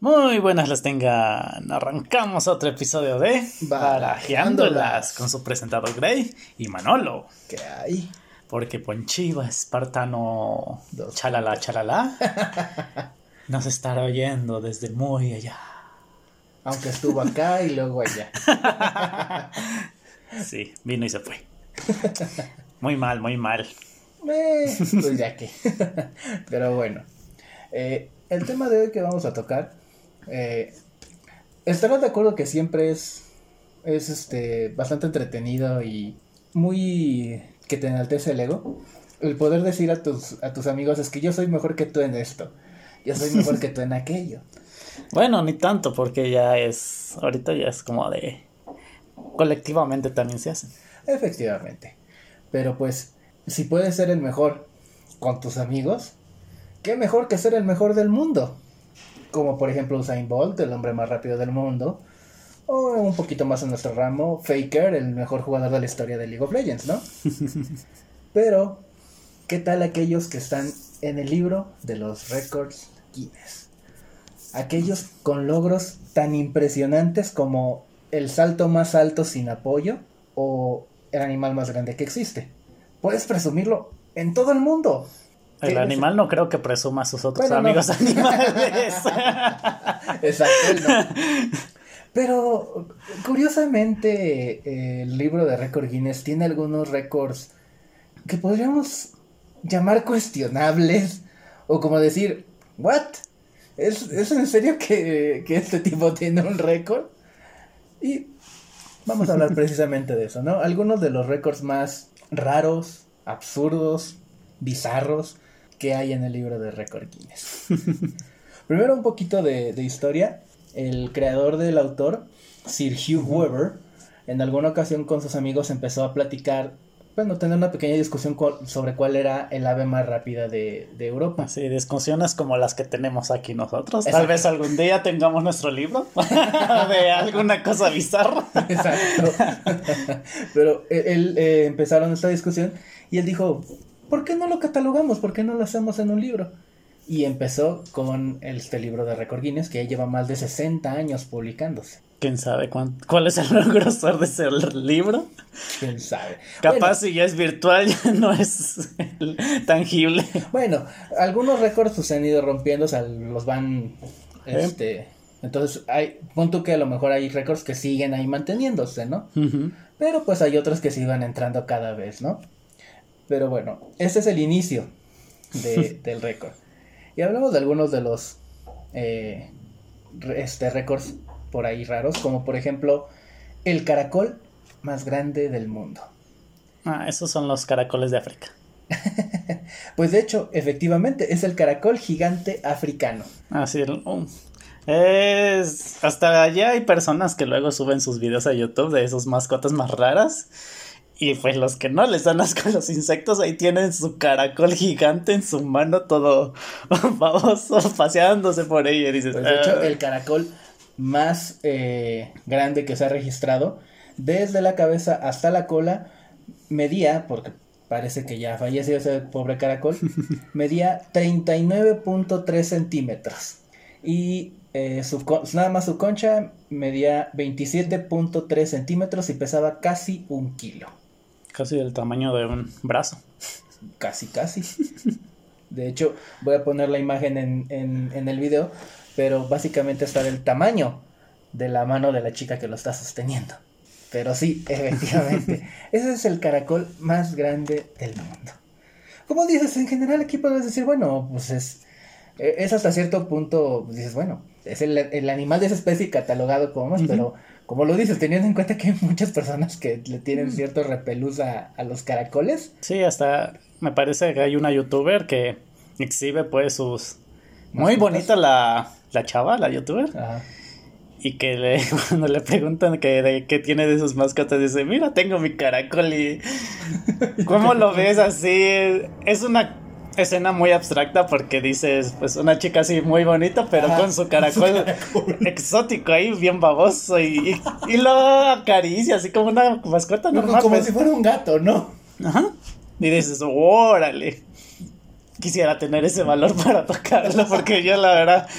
Muy buenas las tengan. Arrancamos otro episodio de Barajeándolas con su presentador Grey y Manolo. ¿Qué hay? Porque Ponchiva Espartano chalala nos estará oyendo desde muy allá. Aunque estuvo acá y luego allá. Sí, vino y se fue. Muy mal, muy mal. Pues ya que. Pero bueno. El tema de hoy que vamos a tocar. Estarás de acuerdo que siempre es bastante entretenido y muy que te enaltece el ego. El poder decir a tus amigos es que yo soy mejor que tú en esto. Yo soy mejor que tú en aquello. Bueno, ni tanto, porque ahorita ya es como de colectivamente también se hacen. Efectivamente. Pero pues, si puedes ser el mejor con tus amigos, qué mejor que ser el mejor del mundo. Como por ejemplo Usain Bolt, el hombre más rápido del mundo. O un poquito más en nuestro ramo, Faker, el mejor jugador de la historia de League of Legends, ¿no? Pero, ¿qué tal aquellos que están en el libro de los récords Guinness? Aquellos con logros tan impresionantes como el salto más alto sin apoyo o el animal más grande que existe. Puedes presumirlo en todo el mundo. El animal no creo que presuma a sus otros amigos animales. Exacto, no. Pero curiosamente el libro de récord Guinness tiene algunos récords que podríamos llamar cuestionables o como decir, ¿what? ¿Es en serio que este tipo tiene un récord? Y vamos a hablar precisamente de eso, ¿no? Algunos de los récords más raros, absurdos, bizarros que hay en el libro de récord Guinness. Primero un poquito de historia. El creador del autor, Sir Hugh Weaver, en alguna ocasión con sus amigos empezó a platicar, tener una pequeña discusión sobre cuál era el ave más rápida de Europa. Sí, discusiones como las que tenemos aquí nosotros. Exacto. Tal vez algún día tengamos nuestro libro de alguna cosa bizarra. Exacto. Pero él empezaron esta discusión y él dijo, ¿por qué no lo catalogamos? ¿Por qué no lo hacemos en un libro? Y empezó con este libro de récord Guinness que ya lleva más de 60 años publicándose. ¿Quién sabe cuál es el grosor de ese libro? ¿Quién sabe? Capaz si ya es virtual, ya no es tangible. Bueno, algunos récords se han ido rompiendo, o sea, los van, entonces punto que a lo mejor hay récords que siguen ahí manteniéndose, ¿no? Uh-huh. Pero pues hay otros que sí van entrando cada vez, ¿no? Pero bueno, este es el inicio del récord. Y hablamos de algunos de los récords por ahí raros, como por ejemplo el caracol más grande del mundo. Esos son los caracoles de África. Pues de hecho, efectivamente, es el caracol gigante africano. Sí, hasta allá hay personas que luego suben sus videos a YouTube de esas mascotas más raras. Y pues los que no les dan asco a los insectos, ahí tienen su caracol gigante en su mano, todo baboso, paseándose por ella. Y dices, pues de hecho, el caracol más grande que se ha registrado, desde la cabeza hasta la cola, medía, porque parece que ya falleció ese pobre caracol, medía 39.3 centímetros. Y nada más su concha medía 27.3 centímetros y pesaba casi 1 kilo. Casi del tamaño de un brazo. Casi. De hecho, voy a poner la imagen en el video, pero básicamente está del tamaño de la mano de la chica que lo está sosteniendo. Pero sí, efectivamente, ese es el caracol más grande del mundo. Como dices, en general aquí puedes decir, bueno, pues es hasta cierto punto, dices, bueno, es el animal de esa especie catalogado como más, uh-huh. Pero como lo dices, teniendo en cuenta que hay muchas personas que le tienen cierto repelús a los caracoles. Sí, hasta me parece que hay una youtuber que exhibe pues sus... Muy bonita la chava, la youtuber. Ajá. Y que cuando le preguntan de qué tiene de sus mascotas, dice, mira, tengo mi caracol y... ¿Cómo lo ves así? Es una escena muy abstracta porque dices, pues una chica así muy bonita, pero ajá, con su caracol exótico ahí, bien baboso y lo acaricia así como una mascota normal. Como si fuera un gato, ¿no? Ajá. Y dices, órale. Quisiera tener ese valor para tocarlo porque yo la verdad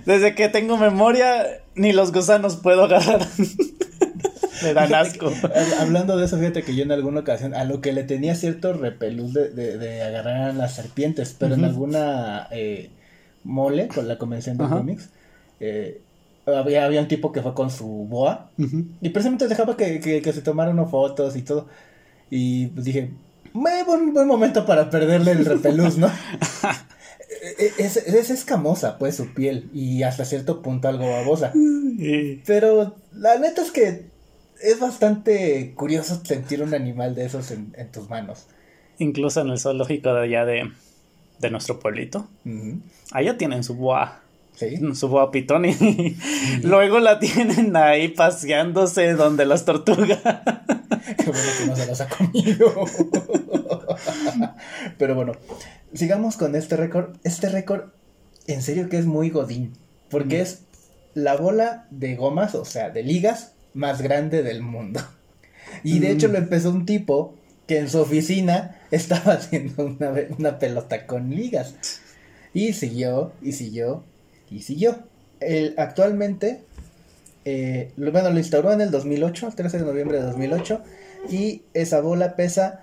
Desde que tengo memoria, ni los gusanos puedo agarrar. Me dan asco. Hablando de eso, fíjate que yo en alguna ocasión, a lo que le tenía cierto repelús de agarrar a las serpientes, pero en alguna mole, con la convención de cómics, había un tipo que fue con su boa, y precisamente dejaba que se tomaran unas fotos y todo, y pues dije, buen momento para perderle el repelús, ¿no? Es escamosa, pues, su piel, y hasta cierto punto algo babosa, pero la neta es que es bastante curioso sentir un animal de esos en tus manos. Incluso en el zoológico de allá de nuestro pueblito. Allá tienen su boa. ¿Sí? Su boa pitón y luego la tienen ahí paseándose donde las tortugas. Qué bueno que no se las ha comido. Pero bueno, sigamos con este récord. Este récord, en serio que es muy godín. Porque es la bola de gomas, o sea, de ligas, más grande del mundo. Y de hecho lo empezó un tipo que en su oficina estaba haciendo una pelota con ligas. Y siguió, y siguió, y siguió. Actualmente, lo instauró en el 2008, el 13 de noviembre de 2008. Y esa bola pesa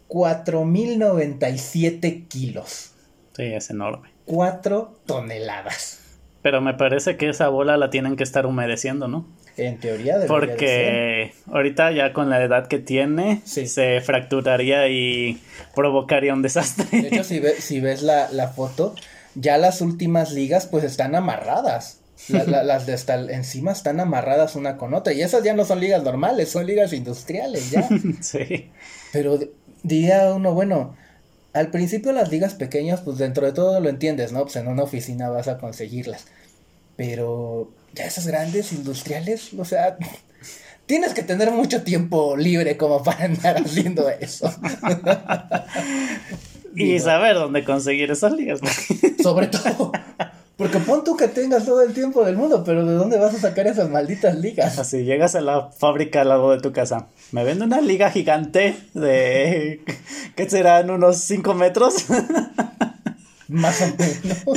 4,097 kilos. Sí, es enorme. 4 toneladas. Pero me parece que esa bola la tienen que estar humedeciendo, ¿no? En teoría debería porque de ser. Ahorita ya con la edad que tiene, sí, se fracturaría y provocaría un desastre. De hecho, si ves la foto, ya las últimas ligas pues están amarradas. Las de hasta encima están amarradas una con otra. Y esas ya no son ligas normales, son ligas industriales ya. Sí. Pero diría uno, bueno, al principio las ligas pequeñas, pues dentro de todo lo entiendes, ¿no? Pues en una oficina vas a conseguirlas. Pero ya esas grandes industriales, o sea, tienes que tener mucho tiempo libre como para andar haciendo eso. Y saber dónde conseguir esas ligas. Sobre todo, porque pon tú que tengas todo el tiempo del mundo, pero ¿de dónde vas a sacar esas malditas ligas? Así, llegas a la fábrica al lado de tu casa. Me vende una liga gigante de... ¿qué serán? ¿Unos 5 metros? Más o menos.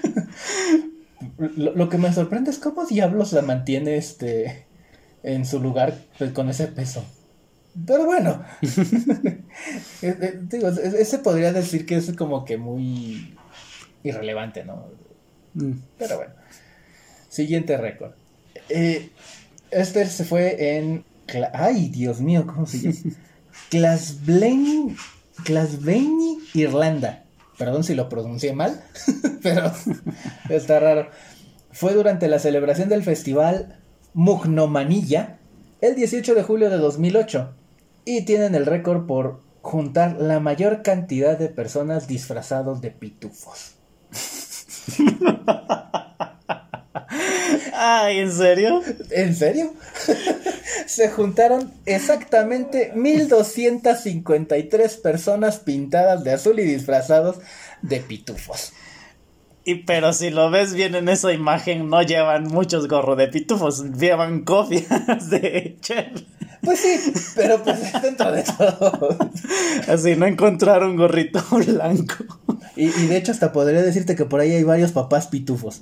Lo que me sorprende es cómo diablos la mantiene en su lugar pues, con ese peso. Pero bueno. Digo, ese podría decir que es como que muy irrelevante, ¿no? Pero bueno. Siguiente récord. Este se fue en... Ay, Dios mío, ¿cómo se llama? Glasgow, Irlanda. Perdón si lo pronuncié mal, pero está raro. Fue durante la celebración del festival Mugnomanilla el 18 de julio de 2008 y tienen el récord por juntar la mayor cantidad de personas disfrazados de pitufos. Ay, ¿en serio? ¿En serio? Se juntaron exactamente 1,253 personas pintadas de azul y disfrazados de pitufos. Pero si lo ves bien en esa imagen, no llevan muchos gorros de pitufos, llevan copias de Chel. Pues sí, pero pues dentro de todo. Así no encontraron gorrito blanco. Y de hecho hasta podría decirte que por ahí hay varios papás pitufos.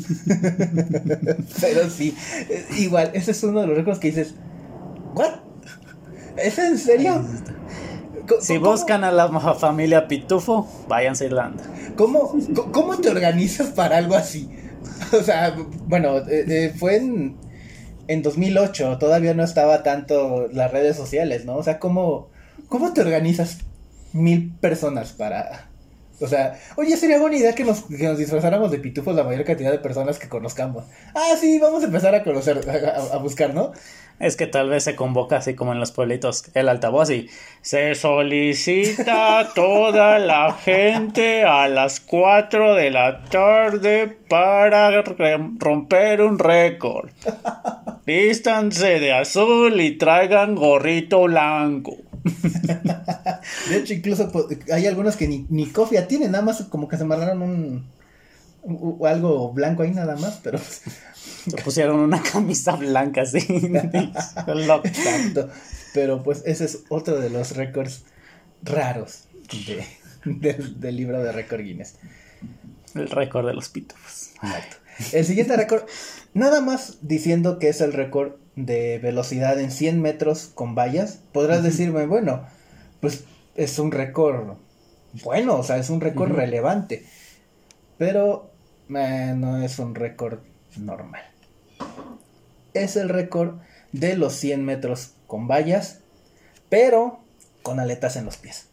Pero sí, igual, ese es uno de los récords que dices, ¿what? ¿Es en serio? Si buscan a la familia Pitufo, váyanse a Irlanda. ¿Cómo te organizas para algo así? O sea, bueno, fue en 2008, todavía no estaba tanto las redes sociales, ¿no? O sea, ¿cómo te organizas 1,000 personas para...? O sea, oye, sería buena idea que nos disfrazáramos de pitufos la mayor cantidad de personas que conozcamos. Ah, sí, vamos a empezar a conocer, a buscar, ¿no? Es que tal vez se convoca así como en los pueblitos, el altavoz y se solicita a toda la gente a las 4 de la tarde para romper un récord. Vístanse de azul y traigan gorrito blanco. De hecho, incluso hay algunos que ni cofia tienen, nada más como que se amarraron algo blanco ahí nada más, pero... Le pusieron una camisa blanca así. Exacto. Pero pues ese es otro de los récords raros del libro de récord Guinness. El récord de los pitufos. Exacto. El siguiente récord, nada más diciendo que es el récord de velocidad en 100 metros con vallas, podrás decirme, bueno, pues es un récord bueno, o sea, es un récord relevante, pero no es un récord normal. Es el récord de los 100 metros con vallas, pero con aletas en los pies.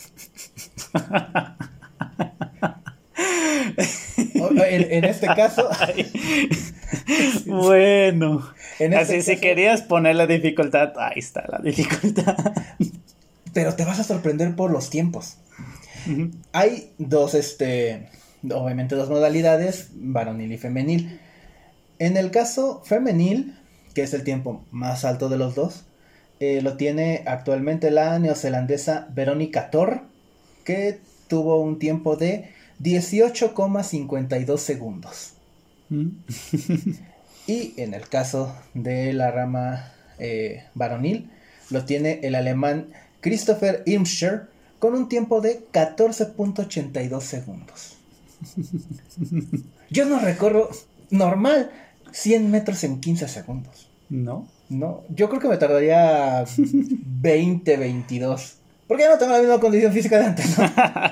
En este caso. Bueno. En este así caso, si querías poner la dificultad, ahí está la dificultad. Pero te vas a sorprender por los tiempos. Hay dos, obviamente dos modalidades, varonil y femenil. En el caso femenil, que es el tiempo más alto de los dos, lo tiene actualmente la neozelandesa Veronica Torr, que tuvo un tiempo de 18,52 segundos. Y en el caso de la rama varonil, lo tiene el alemán Christopher Irmscher, con un tiempo de 14,82 segundos. Yo no recorro normal 100 metros en 15 segundos. ¿No? No, yo creo que me tardaría 20, 22. Porque ya no tengo la misma condición física de antes, ¿no?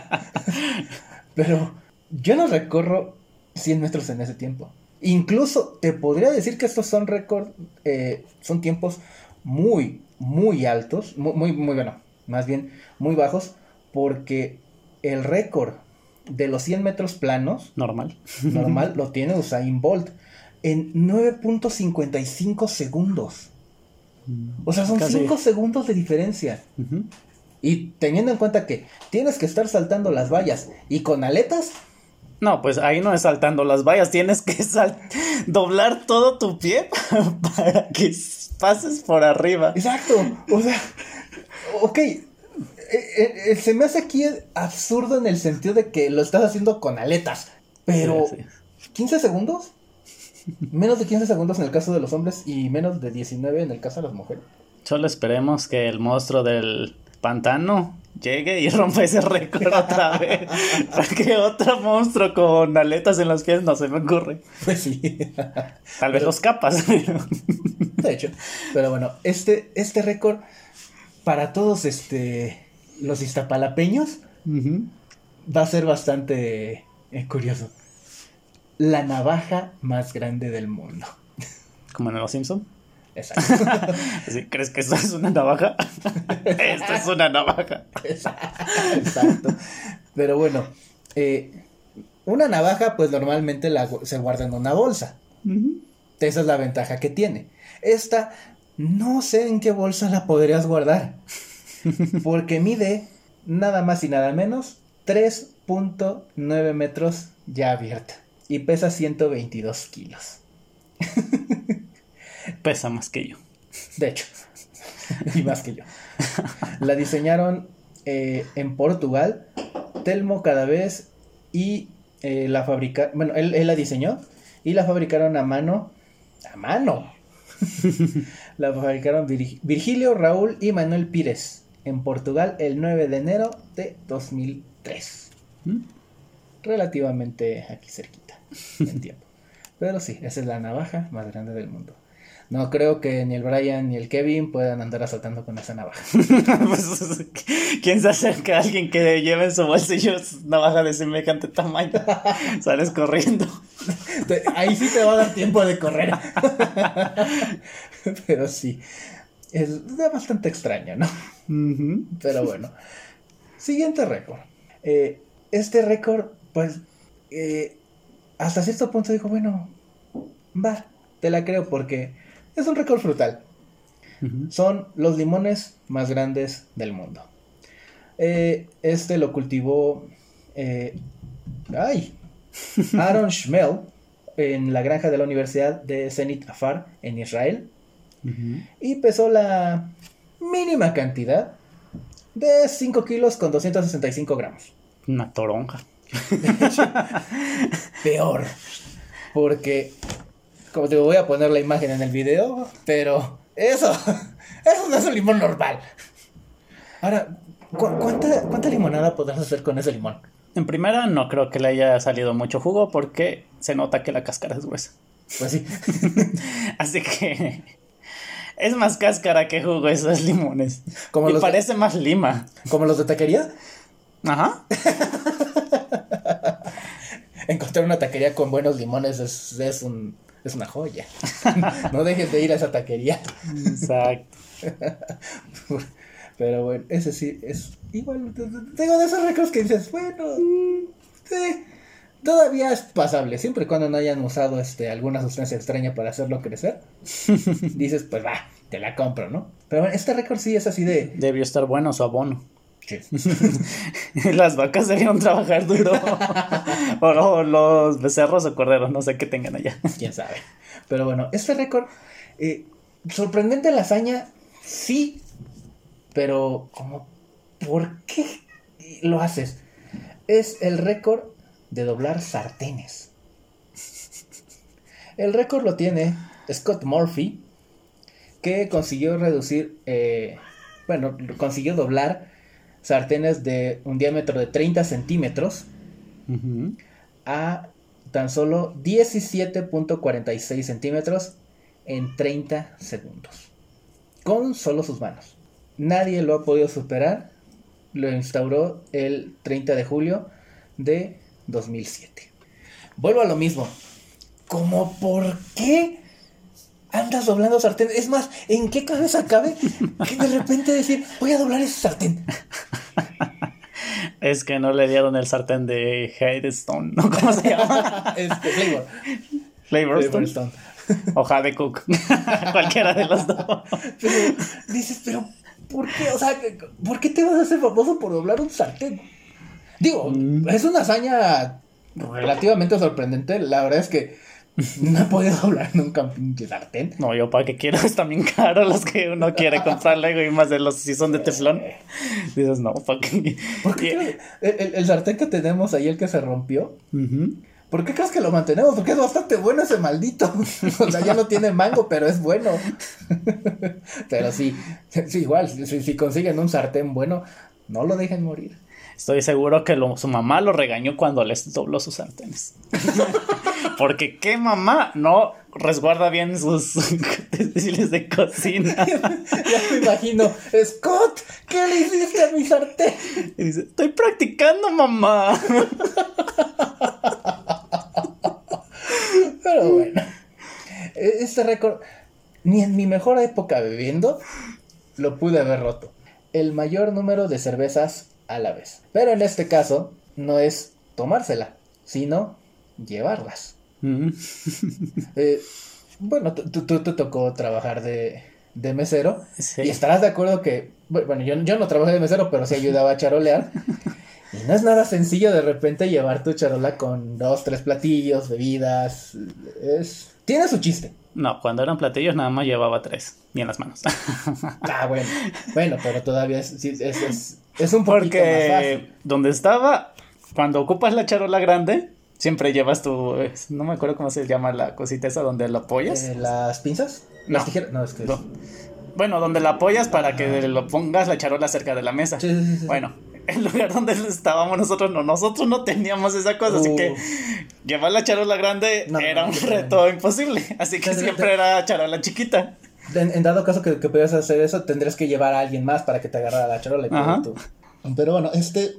Pero yo no recorro 100 metros en ese tiempo. Incluso te podría decir que estos son récords, son tiempos muy, muy altos, muy, bueno, más bien muy bajos, porque el récord de los 100 metros planos normal lo tiene Usain Bolt en 9,55 segundos. O sea, son 5 segundos de diferencia. Y teniendo en cuenta que tienes que estar saltando las vallas y con aletas. No, pues ahí no es saltando las vallas, tienes que doblar todo tu pie para que pases por arriba. Exacto, o sea, ok, se me hace aquí absurdo en el sentido de que lo estás haciendo con aletas, pero sí. ¿15 segundos? Menos de 15 segundos en el caso de los hombres y menos de 19 en el caso de las mujeres. Solo esperemos que el monstruo del pantano llegue y rompa ese récord otra vez. Para que otro monstruo con aletas en los pies no se me ocurre. Pues sí. Tal vez los capas. De hecho. Pero bueno, este récord para todos los iztapalapeños va a ser bastante curioso. La navaja más grande del mundo. ¿Como en Los Simpson? Exacto. ¿Sí? ¿Crees que esto es una navaja? Esto es una navaja. Exacto. Pero bueno, una navaja pues normalmente se guarda en una bolsa. Esa es la ventaja que tiene. Esta, no sé en qué bolsa la podrías guardar. Porque mide nada más y nada menos 3,9 metros ya abierta. Y pesa 122 kilos. Pesa más que yo. De hecho. Y más que yo. La diseñaron en Portugal, Telmo Cadaves, y la fabricaron. Bueno, él la diseñó y la fabricaron a mano. ¡A mano! La fabricaron Virgilio, Raúl y Manuel Pires en Portugal el 9 de enero de 2003. Relativamente aquí cerquita en tiempo. Pero sí, esa es la navaja más grande del mundo. No creo que ni el Brian ni el Kevin puedan andar asaltando con esa navaja. Pues, ¿quién se acerca a alguien que lleve en su bolsillo navaja de semejante tamaño? Sales corriendo. Ahí sí te va a dar tiempo de correr. Pero sí, es bastante extraño, ¿no? Pero bueno. Siguiente récord. Este récord, pues, hasta cierto punto digo, bueno, va, te la creo porque es un récord frutal. Son los limones más grandes del mundo. Lo cultivó Aaron Shmuel en la granja de la Universidad de Zenit Afar en Israel. Y pesó la mínima cantidad de 5 kilos con 265 gramos. Una toronja. De hecho, peor. Porque, como te voy a poner la imagen en el video, pero eso no es un limón normal. Ahora, ¿cuánta limonada podrás hacer con ese limón? En primera no creo que le haya salido mucho jugo porque se nota que la cáscara es gruesa. Pues sí. Así que es más cáscara que jugo esos limones. Como y parece más lima. ¿Como los de taquería? Ajá. Encontrar una taquería con buenos limones es una joya. No dejes de ir a esa taquería. Exacto. Pero bueno, ese sí es igual. Tengo de esos récords que dices, bueno, sí, todavía es pasable. Siempre y cuando no hayan usado alguna sustancia extraña para hacerlo crecer. Dices, pues va, te la compro, ¿no? Pero bueno, este récord sí es así de... Debió estar bueno su abono. Sí. Las vacas debieron trabajar duro. O los becerros o corderos, no sé qué tengan allá. Quién sabe. Pero bueno, este récord, sorprendente la hazaña, sí, pero como, ¿por qué lo haces? Es el récord de doblar sartenes. El récord lo tiene Scott Murphy, que consiguió consiguió doblar sartenes de un diámetro de 30 centímetros a tan solo 17.46 centímetros en 30 segundos. Con solo sus manos. Nadie lo ha podido superar. Lo instauró el 30 de julio de 2007. Vuelvo a lo mismo. ¿Cómo por qué andas doblando sartén? Es más, ¿en qué cabeza cabe que de repente decir, voy a doblar ese sartén? Es que no le dieron el sartén de Headstone, ¿no? ¿Cómo se llama? Flavorstone. O Jade Cook. Cualquiera de los dos. Pero dices, ¿por qué? O sea, ¿por qué te vas a hacer famoso por doblar un sartén? Digo, es una hazaña relativamente sorprendente. La verdad es que no he podido doblar nunca un pinche sartén. No, yo para qué quiero, están bien caros los que uno quiere comprar luego y más de los si son de teflón. Dices, no, ¿para qué? ¿Por qué el sartén que tenemos ahí, el que se rompió? ¿Por qué crees que lo mantenemos? Porque es bastante bueno ese maldito. O sea, ya no tiene mango, pero es bueno. Pero sí, igual, si consiguen un sartén bueno, no lo dejen morir. Estoy seguro que su mamá lo regañó cuando les dobló sus sartenes. Porque qué mamá no resguarda bien sus utensilios de cocina. Ya me imagino, Scott, ¿qué le hiciste a mi sartén? Y dice, estoy practicando, mamá. Pero bueno, este récord, ni en mi mejor época bebiendo, lo pude haber roto. El mayor número de cervezas a la vez. Pero en este caso, no es tomársela, sino llevarlas. Bueno, tú tocó trabajar de mesero. Sí. Y estarás de acuerdo que, bueno, yo no trabajé de mesero, pero sí ayudaba a charolear. Y no es nada sencillo de repente llevar tu charola con 2, 3 platillos, bebidas. Tiene su chiste. No, cuando eran platillos nada más llevaba 3, ni en las manos. Bueno, pero todavía es un poquito más fácil. Donde estaba, cuando ocupas la charola grande, siempre llevas no me acuerdo cómo se llama la cosita esa donde la apoyas. ¿Las pinzas? No. ¿Las tijeras? No, es que no. Bueno, donde la apoyas para que lo pongas la charola cerca de la mesa. Sí. Bueno, el lugar donde estábamos nosotros no teníamos esa cosa, así que llevar la charola grande era un reto imposible, así que siempre era charola chiquita. En dado caso que pudieras hacer eso, tendrías que llevar a alguien más para que te agarrara la charola. Pero bueno,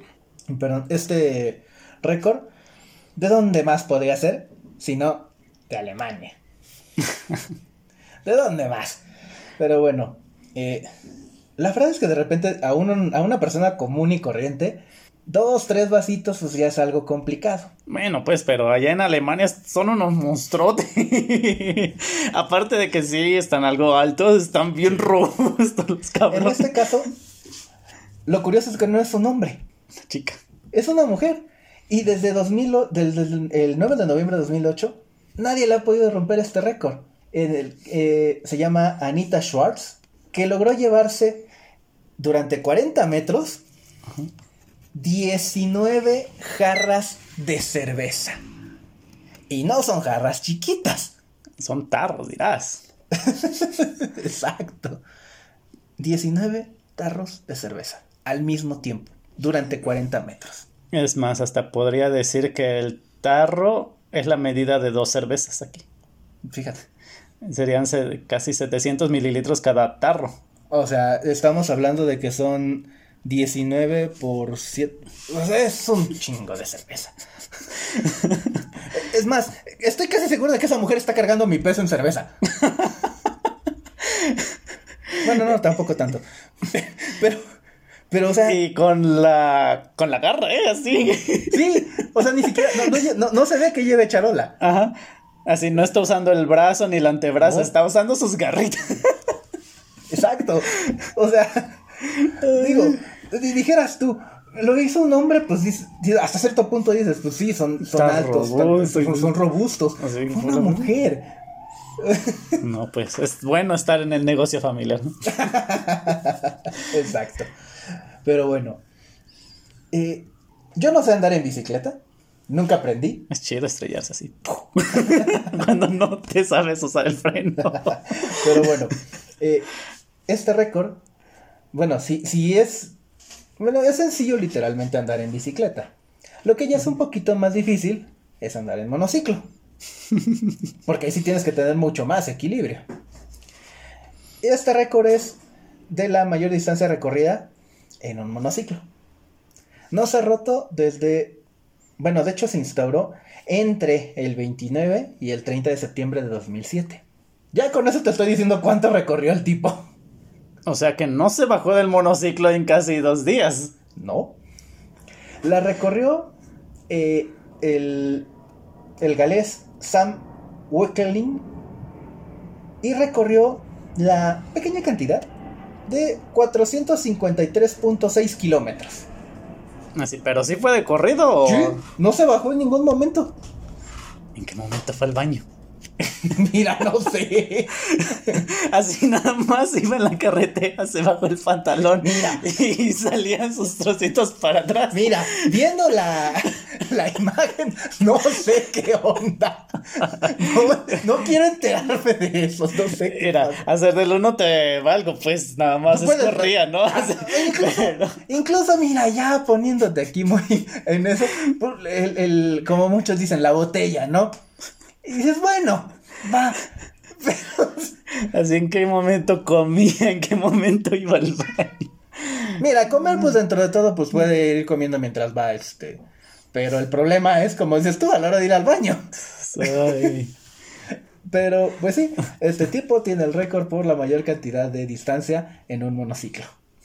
este récord, ¿de dónde más podría ser? Si no, de Alemania. ¿De dónde más? Pero bueno, la verdad es que de repente a una persona común y corriente, 2, 3 vasitos, pues ya es algo complicado. Bueno, pues, pero allá en Alemania son unos monstruotes. Aparte de que sí, están algo altos, están bien robustos los cabrones. En este caso, lo curioso es que no es un hombre. Una chica. Es una mujer. Y desde el 9 de noviembre de 2008, nadie le ha podido romper este récord. Se llama Anita Schwartz, que logró llevarse durante 40 metros 19 jarras de cerveza. Y no son jarras chiquitas. Son tarros, dirás. Exacto. 19 tarros de cerveza al mismo tiempo, durante 40 metros. Es más, hasta podría decir que el tarro es la medida de 2 cervezas aquí. Fíjate. Serían casi 700 mililitros cada tarro. O sea, estamos hablando de que son 19 por 7. O sea, es un chingo de cerveza. Es más, estoy casi seguro de que esa mujer está cargando mi peso en cerveza. Bueno, no, tampoco tanto. Pero, o sea. Y con la garra, así. Sí, o sea, ni siquiera. No se ve que lleve charola. Ajá. Así no está usando el brazo ni el antebrazo, está usando sus garritas. Exacto. O sea, digo, dijeras tú, lo hizo un hombre, pues hasta cierto punto dices, pues sí, son altos, son robustos. Así, una mujer. No, pues es bueno estar en el negocio familiar. Exacto. Pero bueno, yo no sé andar en bicicleta. Nunca aprendí. Es chido estrellarse así. Cuando no te sabes usar el freno. Pero bueno, este récord, bueno, sí es. Bueno, es sencillo literalmente andar en bicicleta. Lo que ya es un poquito más difícil es andar en monociclo. Porque ahí sí tienes que tener mucho más equilibrio. Este récord es de la mayor distancia recorrida en un monociclo. No se ha roto desde. Bueno, de hecho se instauró entre el 29 y el 30 de septiembre de 2007. Ya con eso te estoy diciendo cuánto recorrió el tipo. O sea que no se bajó del monociclo en casi 2 días. No. La recorrió el galés Sam Weckling y recorrió la pequeña cantidad de 453.6 kilómetros. Así, pero sí fue de corrido o... Sí, no se bajó en ningún momento. ¿En qué momento fue al baño? Mira, no sé. Así nada más iba en la carretera, se bajó el pantalón. Mira. Y salían sus trocitos para atrás. Mira, viendo la imagen, no sé qué onda. No quiero enterarme de eso, no sé qué. Mira, hacer del uno te valgo, pues nada más escorría, ¿no? Incluso, mira, ya poniéndote aquí muy en eso, como muchos dicen, la botella, ¿no? Y dices, bueno, va. Pero... Así, ¿en qué momento comía? ¿En qué momento iba al baño? Mira, comer, pues dentro de todo, pues puede ir comiendo mientras va, Pero el problema es, como dices tú, a la hora de ir al baño. Ay. Pero, pues sí, este tipo tiene el récord por la mayor cantidad de distancia en un monociclo.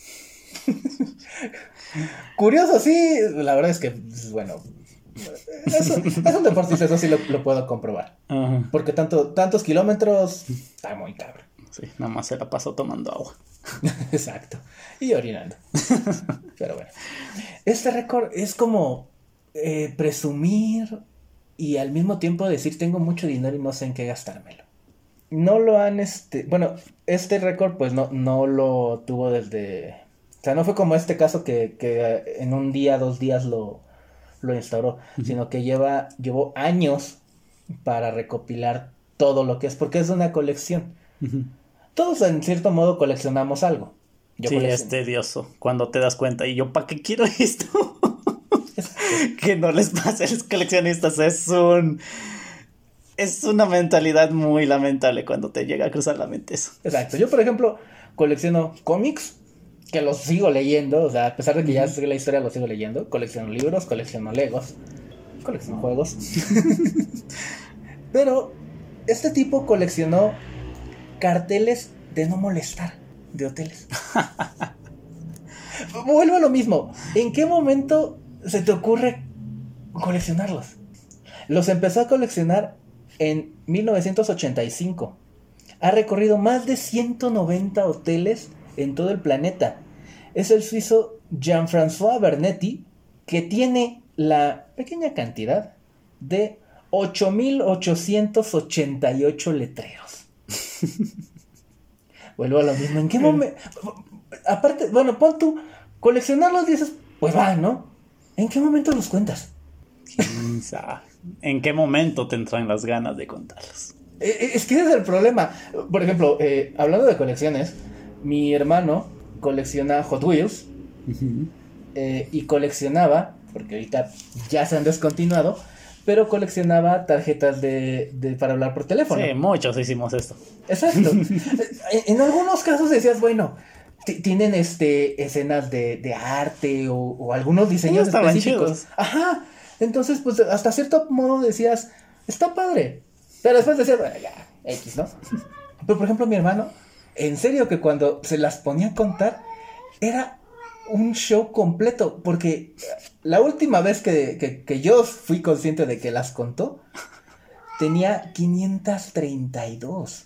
Curioso, sí, la verdad es que, bueno... Es un deportista, eso sí lo puedo comprobar. Ajá. Porque tantos kilómetros está muy cabrón. Sí, nada más se la pasó tomando agua. Exacto. Y orinando. Pero bueno. Este récord es como presumir y al mismo tiempo decir tengo mucho dinero y no sé en qué gastármelo. No lo han bueno, este récord pues no lo tuvo desde. O sea, no fue como este caso que en un día, 2 días lo instauró, sino que llevó años para recopilar todo lo que es, porque es una colección. Todos en cierto modo coleccionamos algo. Sí, es tedioso cuando te das cuenta. ¿Y yo para qué quiero esto? Que no les pase a los coleccionistas. Es una mentalidad muy lamentable cuando te llega a cruzar la mente eso. Exacto. Yo, por ejemplo, colecciono cómics, que los sigo leyendo, o sea, a pesar de que ya sé la historia, los sigo leyendo. Colecciono libros, colecciono Legos, colecciono juegos. Pero este tipo coleccionó carteles de no molestar de hoteles. Vuelvo a lo mismo. ¿En qué momento se te ocurre coleccionarlos? Los empezó a coleccionar en 1985. Ha recorrido más de 190 hoteles en todo el planeta. Es el suizo Jean-François Bernetti, que tiene la pequeña cantidad de 8,888 letreros. Vuelvo a lo mismo. ¿En qué momento? Aparte, bueno, pon tú, coleccionarlos dices, pues va, ¿no? ¿En qué momento los cuentas? ¿Quién sabe? ¿En qué momento te entran las ganas de contarlos? Es que ese es el problema. Por ejemplo, hablando de colecciones, mi hermano colecciona Hot Wheels y coleccionaba porque ahorita ya se han descontinuado, pero coleccionaba tarjetas para hablar por teléfono. Sí, muchos hicimos esto. Exacto. En algunos casos decías, bueno, tienen escenas de arte o algunos diseños específicos. Chidos. Ajá. Entonces, pues hasta cierto modo decías, está padre. Pero después decías, bueno, ya, X, ¿no? Pero por ejemplo, mi hermano, en serio que cuando se las ponía a contar, era un show completo. Porque la última vez que yo fui consciente de que las contó, tenía 532.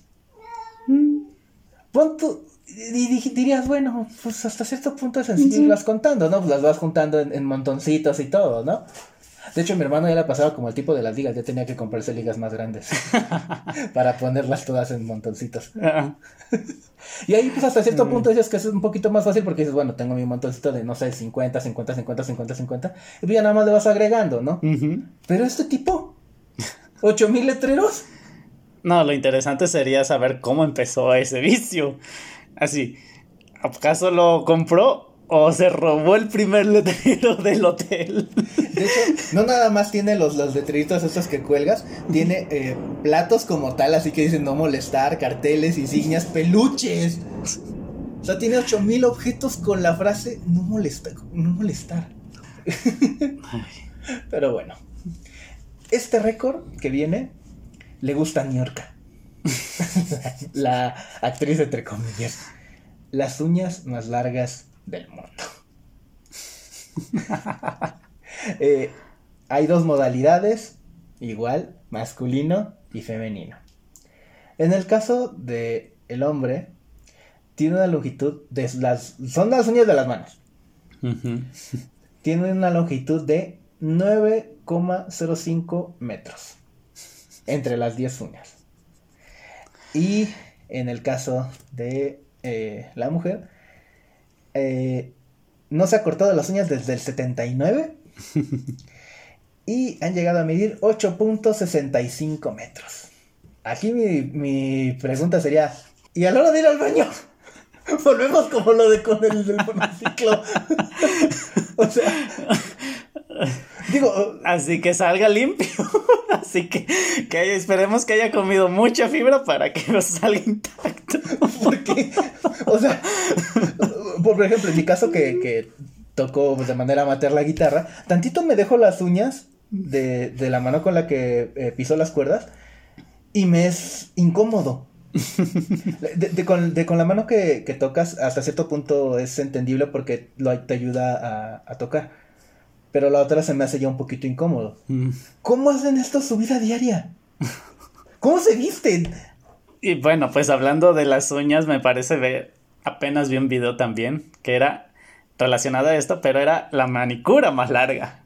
Punto. Y dirías, bueno, pues hasta cierto punto es sencillo irlas contando, ¿no? Pues las vas juntando en montoncitos y todo, ¿no? De hecho, mi hermano ya le pasaba como el tipo de las ligas, ya tenía que comprarse ligas más grandes para ponerlas todas en montoncitos. Y ahí, pues hasta cierto punto dices que es un poquito más fácil porque dices, bueno, tengo mi montoncito de, no sé, 50, 50, 50, 50, 50, y ya nada más le vas agregando, ¿no? Pero este tipo, 8,000 letreros. No, lo interesante sería saber cómo empezó ese vicio. Así, ¿acaso lo compró o se robó el primer letrero del hotel? De hecho, no nada más tiene los letreritos estos que cuelgas, tiene platos como tal, así que dicen no molestar, carteles, insignias, peluches. O sea, tiene 8,000 objetos con la frase no molestar. Pero bueno, este récord que viene le gusta a Niurka. La actriz entre comillas. Las uñas más largas del mundo. Hay 2 modalidades, igual, masculino y femenino. En el caso de el hombre, tiene una longitud son las uñas de las manos. Tiene una longitud de 9,05 metros entre las 10 uñas. Y en el caso de la mujer, no se ha cortado las uñas desde el 79 y han llegado a medir 8,65 metros. Aquí mi pregunta sería, ¿y a la hora de ir al baño? Volvemos como lo de con el monociclo. O sea, digo, así que salga limpio. Así que esperemos que haya comido mucha fibra para que no salga intacto. Porque, o sea, por ejemplo, en mi caso que toco de manera amateur la guitarra, tantito me dejo las uñas de la mano con la que piso las cuerdas y me es incómodo. Con la mano que tocas hasta cierto punto es entendible porque te ayuda a tocar. Pero la otra se me hace ya un poquito incómodo. ¿Cómo hacen esto su vida diaria? ¿Cómo se visten? Y bueno, pues hablando de las uñas, me parece apenas vi un video también que era relacionado a esto, pero era la manicura más larga.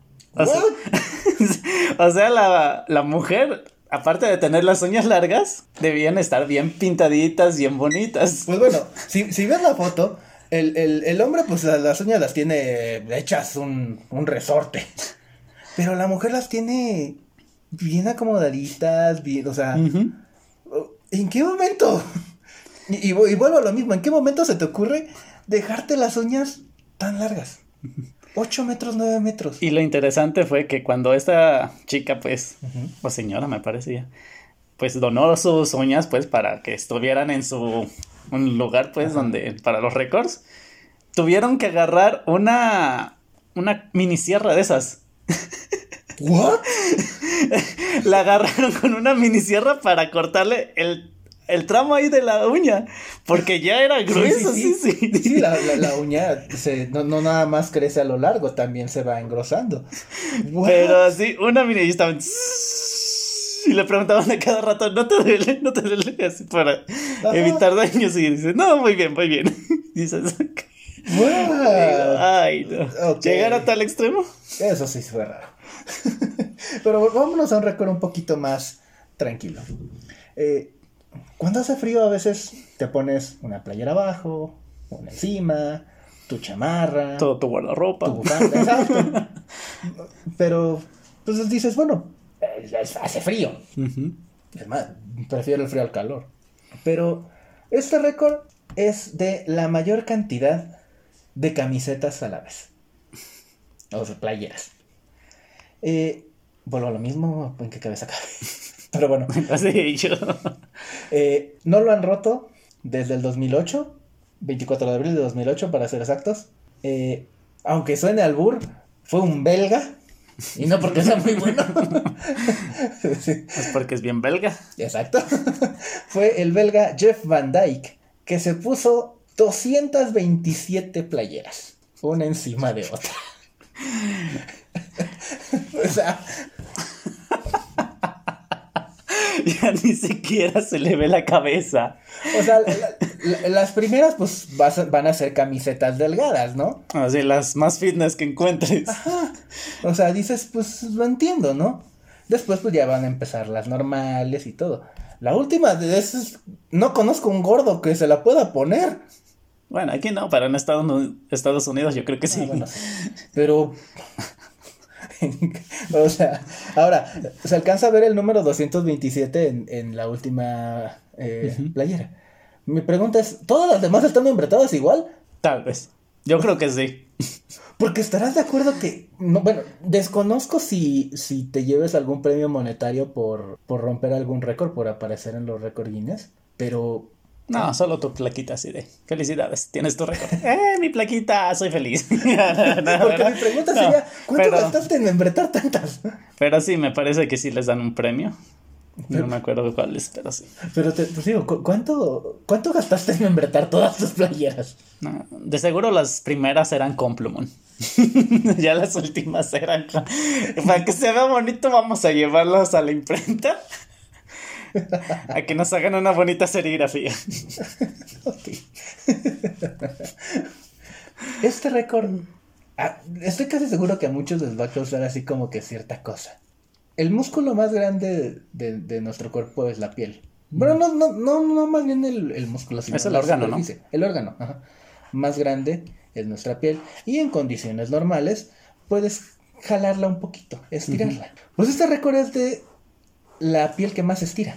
O sea, la mujer, aparte de tener las uñas largas, debían estar bien pintaditas, bien bonitas. Pues bueno, si ves la foto, el hombre pues las uñas las tiene hechas un resorte. Pero la mujer las tiene bien acomodaditas, bien, o sea, ¿en qué momento? Y vuelvo a lo mismo, ¿en qué momento se te ocurre dejarte las uñas tan largas? 8 metros, 9 metros. Y lo interesante fue que cuando esta chica, pues, o señora me parecía, pues donó sus uñas, pues, para que estuvieran en un lugar, pues, donde, para los récords, tuvieron que agarrar una minisierra de esas. ¿What? La agarraron con una minisierra para cortarle el tramo ahí de la uña, porque ya era grueso, sí. Sí, la uña no nada más crece a lo largo, también se va engrosando. What? Pero así, una mini y estaban y le preguntaban a cada rato, ¿no te duele? Así para evitar daños, y dice, no, muy bien. Dices, wow. Ay, no. Okay. ¿Llegar a tal extremo? Eso sí fue raro. Pero vámonos a un récord un poquito más tranquilo. Cuando hace frío a veces te pones una playera abajo, una encima, tu chamarra, todo tu guardarropa, tu bufanda, exacto. Pero pues dices, bueno, hace frío. Es más, prefiero el frío al calor. Pero este récord es de la mayor cantidad de camisetas a la vez. O sea, playeras. Vuelvo a lo mismo, ¿en qué cabeza cabe? Pero bueno. Así yo. No lo han roto desde el 2008, 24 de abril de 2008 para ser exactos. Aunque suene albur, fue un belga. Y no porque sea muy bueno. Sí. Es porque es bien belga. Exacto. Fue el belga Jeff Van Dyke, que se puso 227 playeras, una encima de otra. O sea, ya ni siquiera se le ve la cabeza. O sea, las primeras pues van a ser camisetas delgadas, ¿no? Así, las más fitness que encuentres. Ajá. O sea, dices, pues lo entiendo, ¿no? Después pues ya van a empezar las normales y todo. La última de esas, no conozco un gordo que se la pueda poner. Bueno, aquí no, pero en Estados Unidos yo creo que sí. Bueno, pero... O sea, ahora, se alcanza a ver el número 227 en la última playera. Mi pregunta es, ¿todas las demás están nombretadas igual? Tal vez. Yo creo que sí. Porque estarás de acuerdo que... No, bueno, desconozco si te lleves algún premio monetario por romper algún récord, por aparecer en los récord Guinness, pero... No, solo tu plaquita así de felicidades, tienes tu récord. Mi plaquita, soy feliz. Porque mi pregunta sería, ¿cuánto gastaste en membretar tantas? Pero sí, me parece que sí les dan un premio. No me acuerdo cuál es, pero sí. Pero te digo, ¿cuánto gastaste en membretar todas tus playeras? No, de seguro las primeras eran con plumón. Ya las últimas eran para que se vea bonito, vamos a llevarlas a la imprenta. A que nos hagan una bonita serigrafía. Ok. Este récord, estoy casi seguro que a muchos les va a causar así como que cierta cosa. El músculo más grande de nuestro cuerpo es la piel. Bueno, no más bien el músculo, sino es el órgano, ¿no? El órgano, ajá. Más grande es nuestra piel. Y en condiciones normales puedes jalarla un poquito, estirarla. Pues este récord es de la piel que más estira.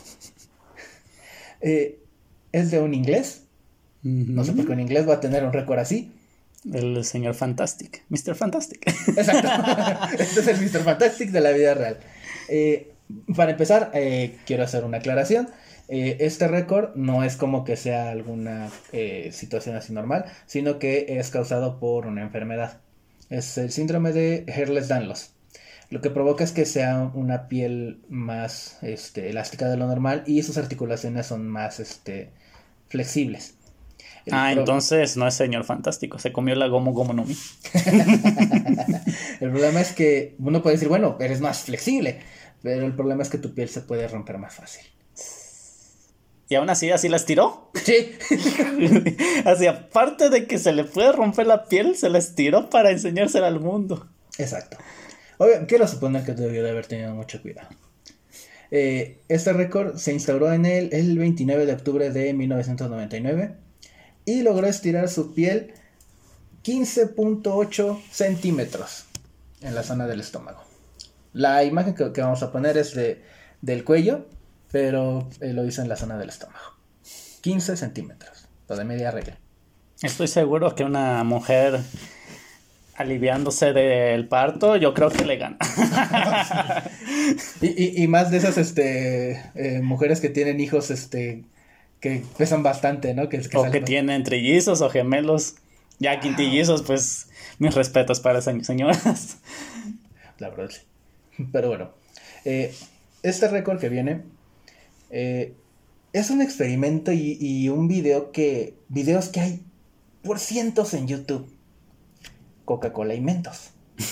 Es de un inglés. No sé por qué un inglés va a tener un récord así. El señor Fantastic. Mr. Fantastic. Exacto. Este es el Mr. Fantastic de la vida real. Para empezar, quiero hacer una aclaración. Este récord no es como que sea alguna situación así normal, sino que es causado por una enfermedad. Es el síndrome de Ehlers-Danlos. Lo que provoca es que sea una piel más elástica de lo normal y sus articulaciones son más flexibles. Entonces no es señor fantástico, se comió la Gomu Gomu no Mi. El problema es que uno puede decir, bueno, eres más flexible, pero el problema es que tu piel se puede romper más fácil. ¿Y aún así la estiró? Sí. Así, aparte de que se le puede romper la piel, se la estiró para enseñársela al mundo. Exacto. Obvio, quiero suponer que debió de haber tenido mucho cuidado. Este récord se instauró en el 29 de octubre de 1999 y logró estirar su piel 15.8 centímetros en la zona del estómago. La imagen que vamos a poner es del cuello, pero lo hizo en la zona del estómago. 15 centímetros, lo de media regla. Estoy seguro que una mujer aliviándose del parto, yo creo que le gana. y más de esas mujeres que tienen hijos que pesan bastante, ¿no? O que tienen trillizos o gemelos. Ya quintillizos, pues mis respetos para esas señoras. La verdad sí. Pero bueno, este récord que viene es un experimento y un videos que hay por cientos en YouTube. Coca-Cola y Mentos.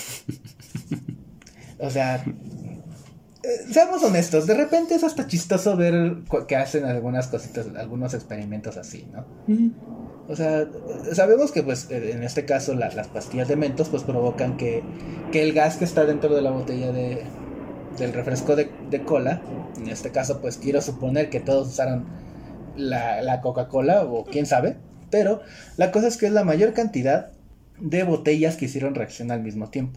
O sea, seamos honestos, de repente es hasta chistoso ver que hacen algunas cositas, algunos experimentos así, ¿no? O sea, sabemos que pues en este caso las pastillas de Mentos pues provocan que el gas que está dentro de la botella del refresco de cola, en este caso pues quiero suponer que todos usaron la Coca-Cola o quién sabe, pero la cosa es que es la mayor cantidad de botellas que hicieron reacción al mismo tiempo.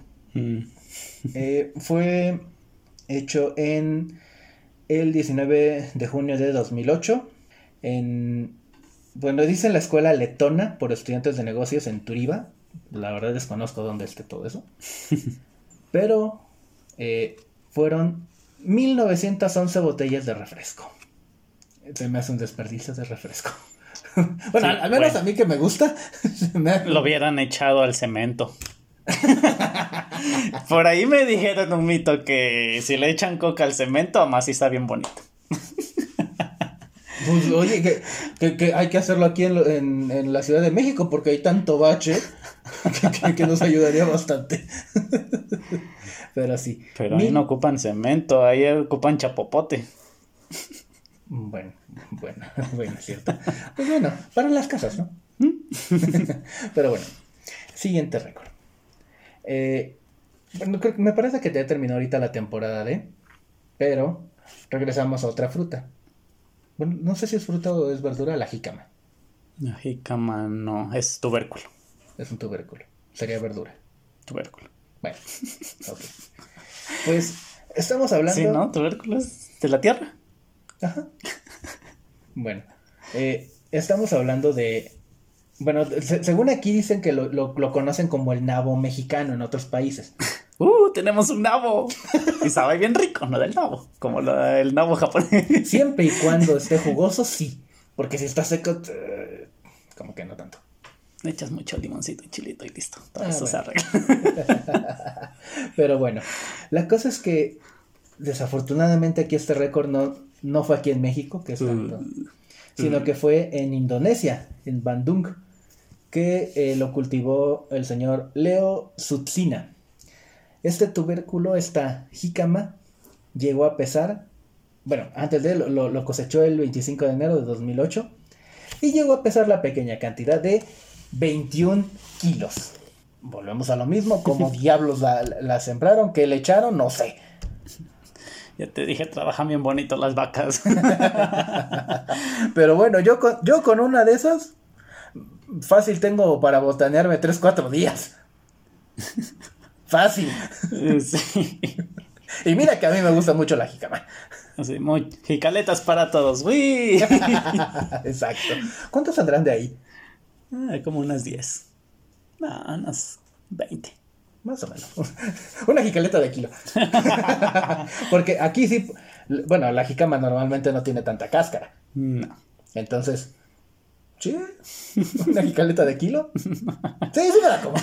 Fue hecho en el 19 de junio de 2008 dice en la escuela letona por estudiantes de negocios en Turiba. La verdad desconozco dónde esté todo eso. Pero fueron 1911 botellas de refresco. Se me hace un desperdicio de refresco. Bueno, sí, al menos a mí que me gusta. Lo hubieran echado al cemento. Por ahí me dijeron un mito que si le echan coca al cemento, además sí está bien bonito. Pues, oye, que hay que hacerlo aquí en la Ciudad de México porque hay tanto bache que nos ayudaría bastante. Pero sí. Pero ahí no ocupan cemento, ahí ocupan chapopote. Bueno, es cierto. Pues bueno, para las casas, ¿no? Pero bueno, siguiente récord. Bueno, me parece que ya terminó ahorita la temporada D, pero regresamos a otra fruta. Bueno, no sé si es fruta o es verdura, la jícama. La jícama no, es tubérculo. Es un tubérculo, sería verdura. Tubérculo. Bueno, ok. Pues estamos hablando... Sí, ¿no? Tubérculo es de la tierra. Ajá. Bueno, estamos hablando de... Bueno, según aquí dicen que lo conocen como el nabo mexicano en otros países. Tenemos un nabo. Y sabe bien rico, no del nabo, como el nabo japonés. Siempre y cuando esté jugoso, sí. Porque si está seco, como que no tanto. Le echas mucho limoncito y chilito y listo. Todo eso bueno. Se arregla. Pero bueno, la cosa es que desafortunadamente aquí este récord no fue aquí en México, que es tanto, sino que fue en Indonesia, en Bandung, que lo cultivó el señor Leo Sutsina. Este tubérculo, esta jícama, llegó a pesar, bueno, antes de él lo cosechó el 25 de enero de 2008, y llegó a pesar la pequeña cantidad de 21 kilos. Volvemos a lo mismo, como diablos la sembraron, ¿qué le echaron? No sé. Ya te dije, trabajan bien bonito las vacas. Pero bueno, yo con una de esas, fácil tengo para botanearme 3-4 días. Fácil. Sí. Y mira que a mí me gusta mucho la jícama. Así, muy jicaletas para todos. ¡Uy! Exacto. ¿Cuántos saldrán de ahí? Como unas 10. No, unas 20. Más o menos. Una jicaleta de kilo. Porque aquí sí, bueno, la jícama normalmente no tiene tanta cáscara. No. Entonces, ¿sí? ¿Una jicaleta de kilo? Sí, sí me la como.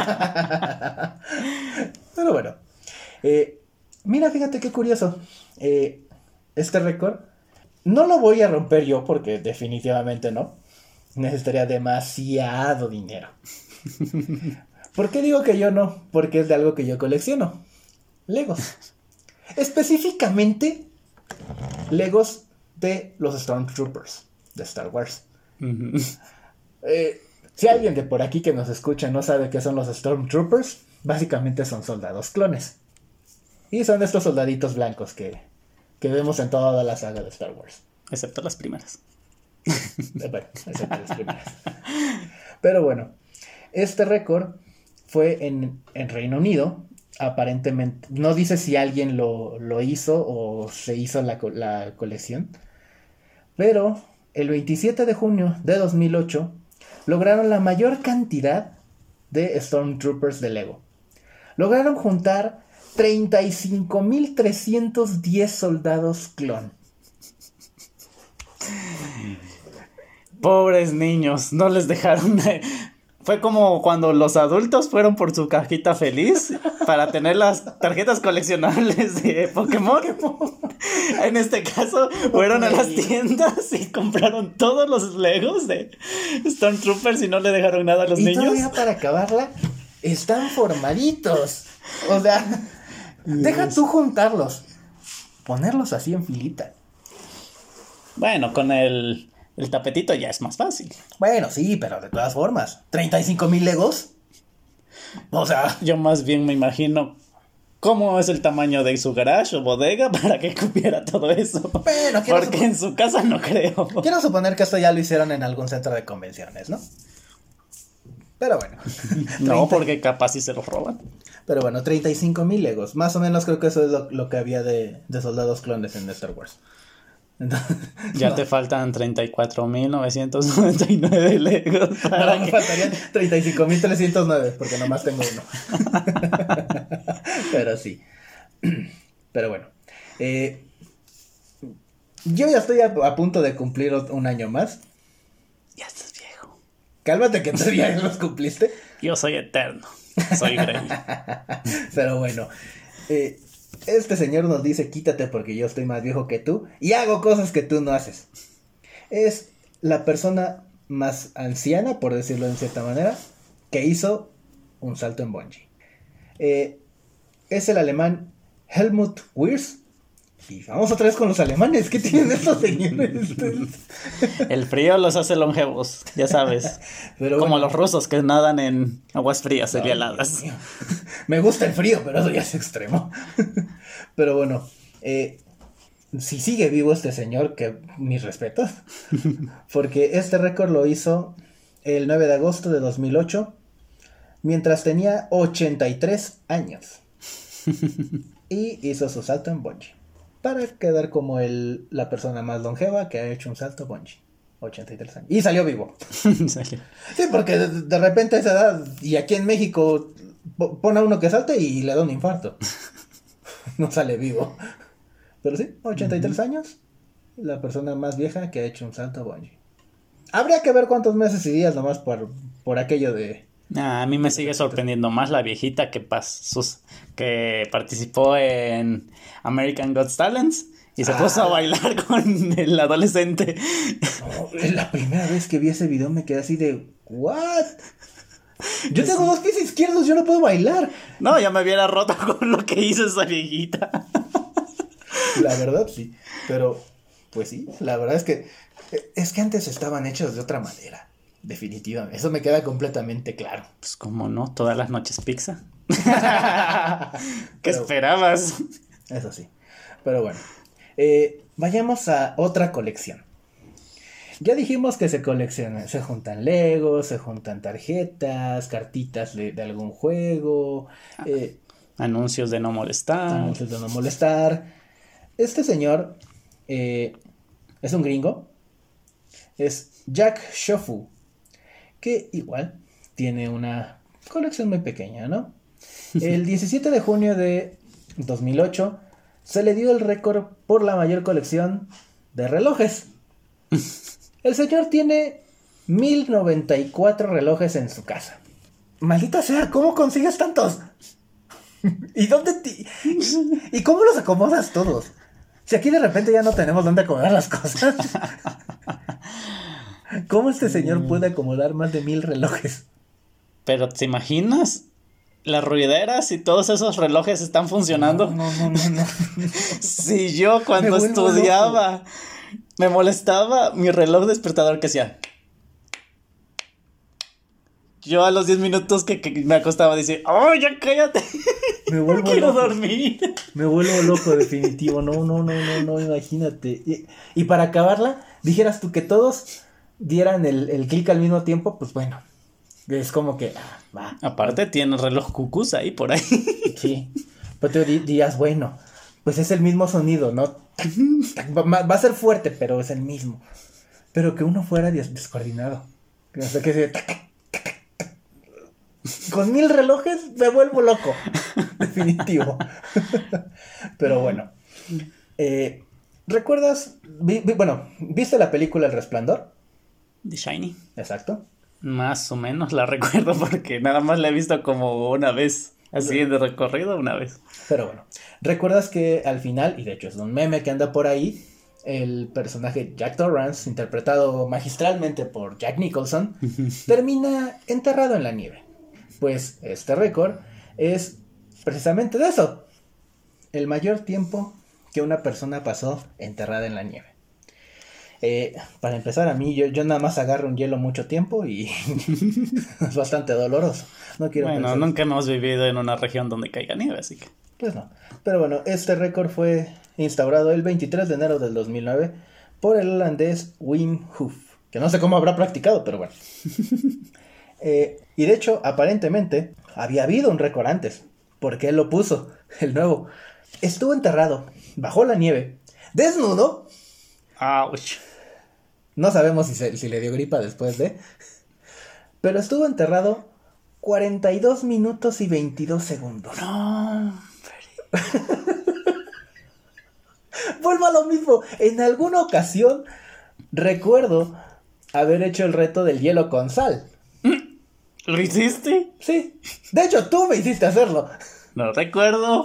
Pero bueno. Mira, fíjate qué curioso. Este récord no lo voy a romper yo porque definitivamente no. Necesitaría demasiado dinero. ¿Por qué digo que yo no? Porque es de algo que yo colecciono. Legos. Específicamente, Legos de los Stormtroopers de Star Wars. Uh-huh. Si alguien de por aquí que nos escucha no sabe qué son los Stormtroopers, básicamente son soldados clones. Y son estos soldaditos blancos que vemos en toda la saga de Star Wars. Excepto las primeras. Bueno, excepto las primeras. Pero bueno, este récord fue en Reino Unido. Aparentemente, no dice si alguien lo hizo o se hizo la colección. Pero el 27 de junio de 2008 lograron la mayor cantidad de Stormtroopers de Lego. Lograron juntar 35,310 soldados clon. Pobres niños, no les dejaron Fue como cuando los adultos fueron por su cajita feliz para tener las tarjetas coleccionables de Pokémon. En este caso, fueron a las tiendas y compraron todos los Legos de Stormtroopers y no le dejaron nada a los niños. Y todavía para acabarla, están formaditos. O sea, deja tú juntarlos, ponerlos así en filita. Bueno, con el tapetito ya es más fácil. Bueno, sí, pero de todas formas, 35,000 Legos. O sea, yo más bien me imagino cómo es el tamaño de su garage o bodega para que cupiera todo eso. Bueno, porque en su casa no creo. Quiero suponer que esto ya lo hicieron en algún centro de convenciones, ¿no? Pero bueno. No, porque capaz si se los roban. Pero bueno, 35,000 Legos. Más o menos creo que eso es lo que había de soldados clones en Star Wars. Entonces, ya no. Te faltan 34,999 Legos. Me faltarían 35,309 porque nomás tengo uno. Pero sí. Pero bueno. Yo ya estoy a punto de cumplir un año más. Ya estás viejo. Cálmate que tú ya los cumpliste. Yo soy eterno. Soy Grey. Pero bueno. Este señor nos dice, quítate porque yo estoy más viejo que tú y hago cosas que tú no haces. Es la persona más anciana, por decirlo de cierta manera, que hizo un salto en bungee. Es el alemán Helmut Wirs. Y vamos otra vez con los alemanes. ¿Qué tienen estos señores? El frío los hace longevos, ya sabes. Pero como los rusos que nadan en aguas frías y heladas. Me gusta el frío, pero eso ya es extremo. Pero bueno, si sigue vivo este señor, que mis respetos. Porque este récord lo hizo el 9 de agosto de 2008, mientras tenía 83 años. Y hizo su salto en bungee. Para quedar como la persona más longeva que ha hecho un salto bungee. 83 años. Y salió vivo. Sí, porque de repente a esa edad, y aquí en México, pone a uno que salte y le da un infarto. No sale vivo. Pero sí, 83 años. La persona más vieja que ha hecho un salto bungee. Habría que ver cuántos meses y días nomás por aquello de... A mí me sigue sorprendiendo más la viejita que participó en American Got Talent y se puso a bailar con el adolescente. No, la primera vez que vi ese video me quedé así de ¿what? Yo tengo 2 pies izquierdos, yo no puedo bailar. No, ya me hubiera roto con lo que hizo esa viejita. La verdad sí, pero pues sí, la verdad es que antes estaban hechos de otra manera. Definitivamente, eso me queda completamente claro. Pues cómo no, todas las noches pizza. ¿Qué esperabas? Eso sí, pero bueno, vayamos a otra colección. Ya dijimos que se coleccionan, se juntan Legos, se juntan tarjetas, cartitas de algún juego, anuncios de no molestar. Anuncios de no molestar. Este señor es un gringo, es Jack Shofu, que igual tiene una colección muy pequeña, ¿no? El 17 de junio de 2008 se le dio el récord por la mayor colección de relojes. El señor tiene 1094 relojes en su casa. Maldita sea, ¿cómo consigues tantos? ¿Y dónde ¿Y cómo los acomodas todos? Si aquí de repente ya no tenemos dónde acomodar las cosas. ¿Cómo este señor puede acomodar más de 1000 relojes? Pero ¿te imaginas? Las ruideras y todos esos relojes están funcionando. No. Si yo cuando estudiaba me molestaba mi reloj despertador que hacía. Yo a los 10 minutos que me acostaba decía, ¡oh, ya cállate! Me vuelvo quiero loco. dormir. Me vuelvo loco, definitivo. No, imagínate. Y para acabarla, dijeras tú que todos dieran el clic al mismo tiempo, pues bueno. Es como que, va. Aparte tiene el reloj cucús ahí por ahí. Sí. Pero tú dirías, bueno, pues es el mismo sonido, ¿no? Va a ser fuerte, pero es el mismo. Pero que uno fuera descoordinado. O sea, que se... Con 1000 relojes me vuelvo loco. Definitivo. Pero bueno. ¿Recuerdas? ¿Viste la película El Resplandor? The Shining. Exacto. Más o menos la recuerdo porque nada más la he visto como una vez. Así de recorrido una vez. Pero bueno. ¿Recuerdas que al final, y de hecho es un meme que anda por ahí, el personaje Jack Torrance, interpretado magistralmente por Jack Nicholson, termina enterrado en la nieve? Pues este récord es precisamente de eso. El mayor tiempo que una persona pasó enterrada en la nieve. Para empezar, a mí, yo nada más agarro un hielo mucho tiempo y es bastante doloroso. No quiero bueno, nunca hemos vivido en una región donde caiga nieve, así que... Pues no. Pero bueno, este récord fue instaurado el 23 de enero del 2009 por el holandés Wim Hof, que no sé cómo habrá practicado, pero bueno. Y de hecho, aparentemente, había habido un récord antes, porque él lo puso, el nuevo. Estuvo enterrado, bajo la nieve, desnudo. ¡Auch! No sabemos si le dio gripa después de... Pero estuvo enterrado 42 minutos y 22 segundos. No. Vuelvo a lo mismo. En alguna ocasión recuerdo haber hecho el reto del hielo con sal. ¿Lo hiciste? Sí. De hecho, tú me hiciste hacerlo. No recuerdo.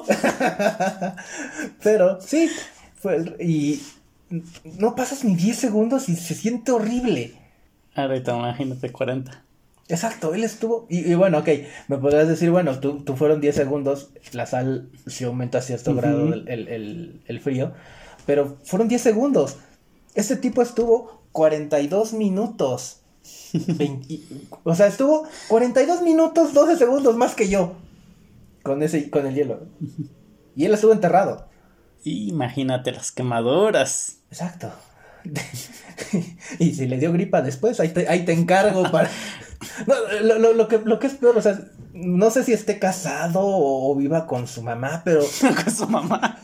Pero sí. Y no pasas ni 10 segundos y se siente horrible. Ahorita imagínate 40. Exacto, él estuvo. Y bueno, ok, me podrías decir, bueno, tú fueron 10 segundos, la sal sí aumenta a cierto grado el frío, pero fueron 10 segundos. Este tipo estuvo 42 minutos. O sea, estuvo 42 minutos, 12 segundos más que yo con el hielo. Y él estuvo enterrado. Imagínate las quemaduras. Exacto. Y si le dio gripa después, ahí te encargo para... No, lo que es peor, o sea, no sé si esté casado o viva con su mamá, pero... Con su mamá.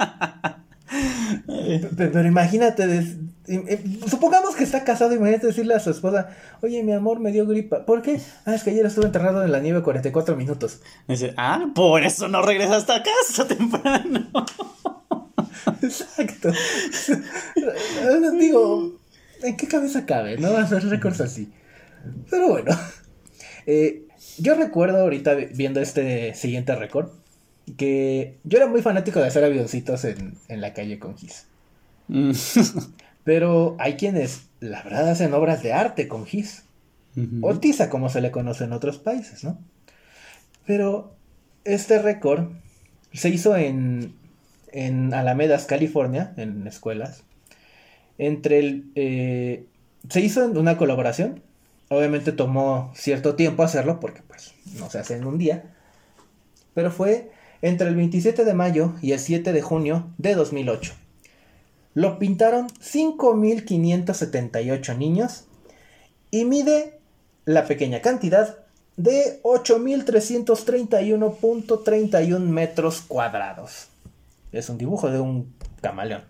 Pero imagínate, supongamos que está casado, imagínate decirle a su esposa, oye, mi amor, me dio gripa. ¿Por qué? Es que ayer estuve enterrado en la nieve 44 minutos. Dice, por eso no regresaste a casa temprano. Exacto. Digo, ¿en qué cabeza cabe? No va a hacer récords así. Pero bueno, yo recuerdo ahorita viendo este siguiente récord que yo era muy fanático de hacer avioncitos en la calle con gis. Pero hay quienes, la verdad, hacen obras de arte con gis. O tiza, como se le conoce en otros países, ¿no? Pero este récord se hizo en Alamedas, California, en escuelas. Se hizo en una colaboración. Obviamente tomó cierto tiempo hacerlo porque pues no se hace en un día. Pero fue entre el 27 de mayo y el 7 de junio de 2008. Lo pintaron 5,578 niños y mide la pequeña cantidad de 8,331.31 metros cuadrados. Es un dibujo de un camaleón.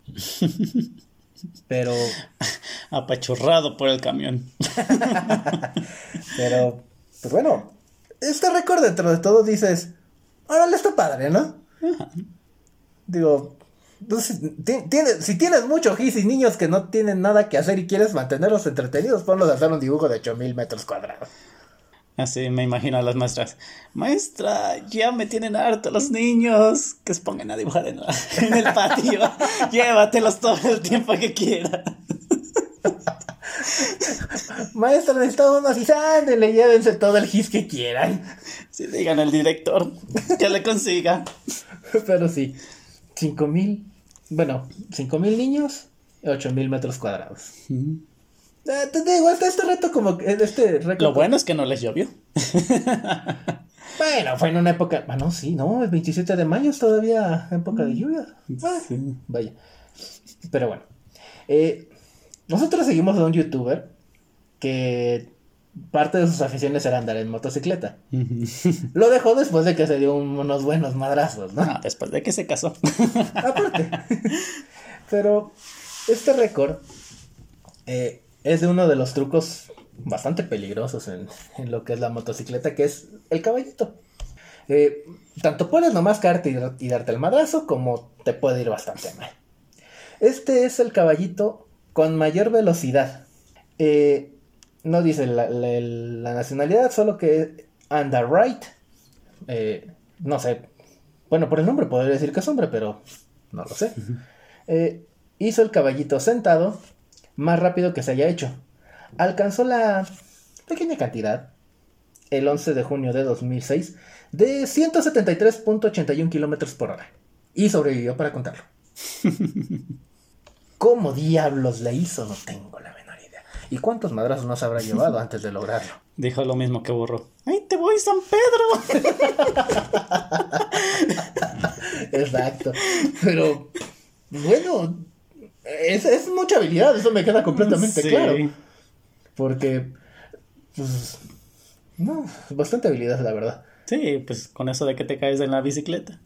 Pero... apachurrado por el camión. Pero, pues bueno, este récord dentro de todo dices, órale, está padre, ¿no? Digo, pues, si tienes mucho gis y niños que no tienen nada que hacer y quieres mantenerlos entretenidos, ponlos a hacer un dibujo de 8,000 metros cuadrados. Así me imagino a las maestras. Maestra, ya me tienen harto los niños. Que se pongan a dibujar en el patio. Llévatelos todo el tiempo que quieras. Maestra, necesitamos unos gis, ándale, llévense todo el gis que quieran. Sí, digan al director que le consiga. Pero sí, 5,000 niños, 8,000 metros cuadrados. Te digo, este reto como... Lo bueno es que no les llovió. Bueno, fue en una época... no, sí, no, el 27 de mayo es todavía época de lluvia. Sí. Vaya. Pero bueno. Nosotros seguimos a un youtuber que parte de sus aficiones era andar en motocicleta. Lo dejó después de que se dio unos buenos madrazos, ¿no? Después de que se casó. Aparte. Pero este récord es de uno de los trucos bastante peligrosos en lo que es la motocicleta, que es el caballito. Tanto puedes nomás caerte y darte el madrazo, como te puede ir bastante mal. Este es el caballito con mayor velocidad. No dice la nacionalidad, solo que Underwright. No sé. Bueno, por el nombre podría decir que es hombre, pero no lo sé. Hizo el caballito sentado más rápido que se haya hecho. Alcanzó la pequeña cantidad, el 11 de junio de 2006, de 173.81 kilómetros por hora. Y sobrevivió para contarlo. ¿Cómo diablos le hizo? No tengo la menor idea. ¿Y cuántos madrazos nos habrá llevado antes de lograrlo? Dijo lo mismo que Burro. ¡Ahí te voy, San Pedro! Exacto. Pero, bueno, es mucha habilidad, eso me queda completamente claro. Porque, pues, no, bastante habilidad, la verdad. Sí, pues con eso de que te caes en la bicicleta.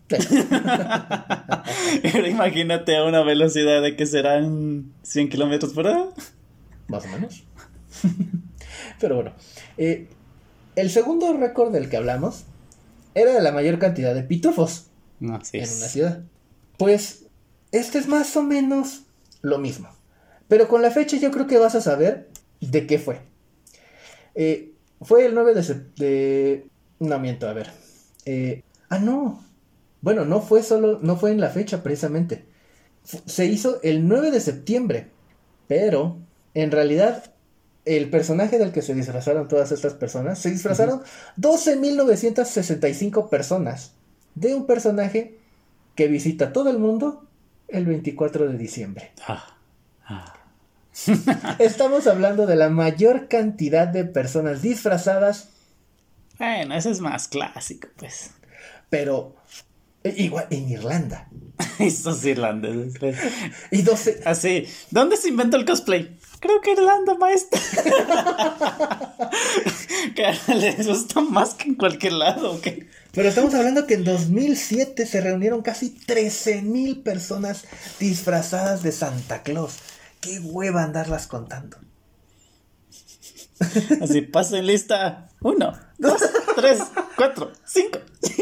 Pero imagínate a una velocidad de que serán 100 kilómetros por hora. Más o menos. Pero bueno, el segundo récord del que hablamos era de la mayor cantidad de pitufos. Así en es. una ciudad. Pues este es más o menos lo mismo. Pero con la fecha yo creo que vas a saber de qué fue. Fue el 9 de... No miento, a ver. No. Bueno, no fue en la fecha precisamente. Se hizo el 9 de septiembre. Pero, en realidad, el personaje del que se disfrazaron todas estas personas, se disfrazaron 12.965 personas de un personaje que visita todo el mundo el 24 de diciembre. Estamos hablando de la mayor cantidad de personas disfrazadas. Bueno, ese es más clásico, pues. Pero igual en Irlanda. Estos irlandeses. Y 12. Así. ¿Dónde se inventó el cosplay? Creo que Irlanda, maestra. Que les gusta más que en cualquier lado, ¿ok? Pero estamos hablando que en 2007 se reunieron casi 13,000 personas disfrazadas de Santa Claus. Qué hueva andarlas contando. Así, pasen lista. 1, 2, 3, 4, 5.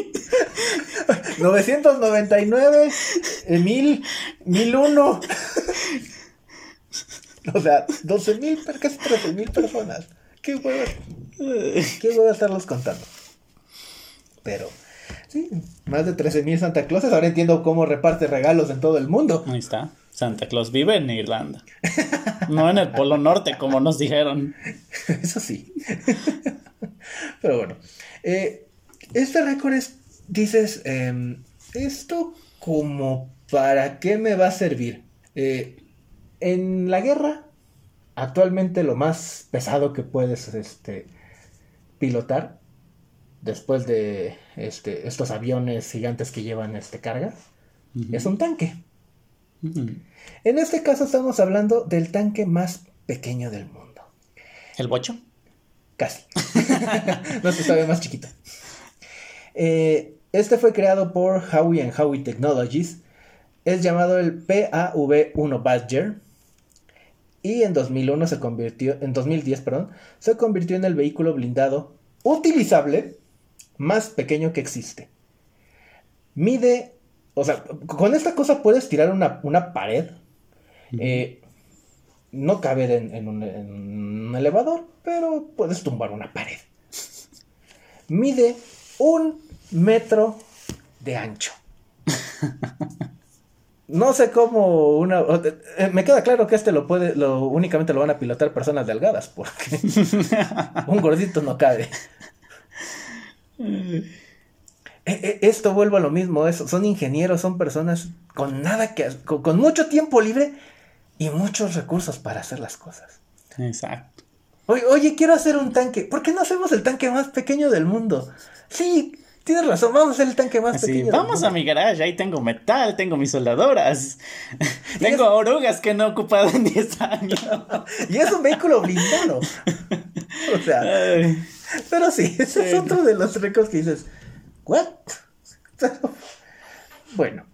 999, 1000, 1001. O sea, 12,000, casi 13,000 personas. Qué hueva estarlos contando. Pero, sí, más de 13,000 Santa Clauses. Ahora entiendo cómo reparte regalos en todo el mundo. Ahí está. Santa Claus vive en Irlanda. No en el Polo Norte, como nos dijeron. Eso sí. Pero bueno. Este récord es, dices, ¿esto como para qué me va a servir? En la guerra, actualmente lo más pesado que puedes pilotar, después de estos aviones gigantes que llevan carga, es un tanque. En este caso estamos hablando del tanque más pequeño del mundo. ¿El bocho? Casi. No se sabe, más chiquito. Este fue creado por Howie & Howie Technologies. Es llamado el PAV-1 Badger. Y en 2010, se convirtió en el vehículo blindado utilizable más pequeño que existe. Mide, o sea, con esta cosa puedes tirar una pared. No cabe en un elevador, pero puedes tumbar una pared. Mide 1 metro de ancho. No sé cómo me queda claro que únicamente lo van a pilotar personas delgadas, porque un gordito no cabe. Esto vuelvo a lo mismo, son ingenieros, son personas con mucho tiempo libre y muchos recursos para hacer las cosas. Exacto. Oye, quiero hacer un tanque. ¿Por qué no hacemos el tanque más pequeño del mundo? Sí, tienes razón, vamos a hacer el tanque más pequeño del mundo. Vamos a mi garage, ahí tengo metal, tengo mis soldadoras. Tengo orugas que no he ocupado en 10 años. Y es un vehículo blindado. O sea, pero sí, ese es otro de los récords que dices, ¿what? Bueno,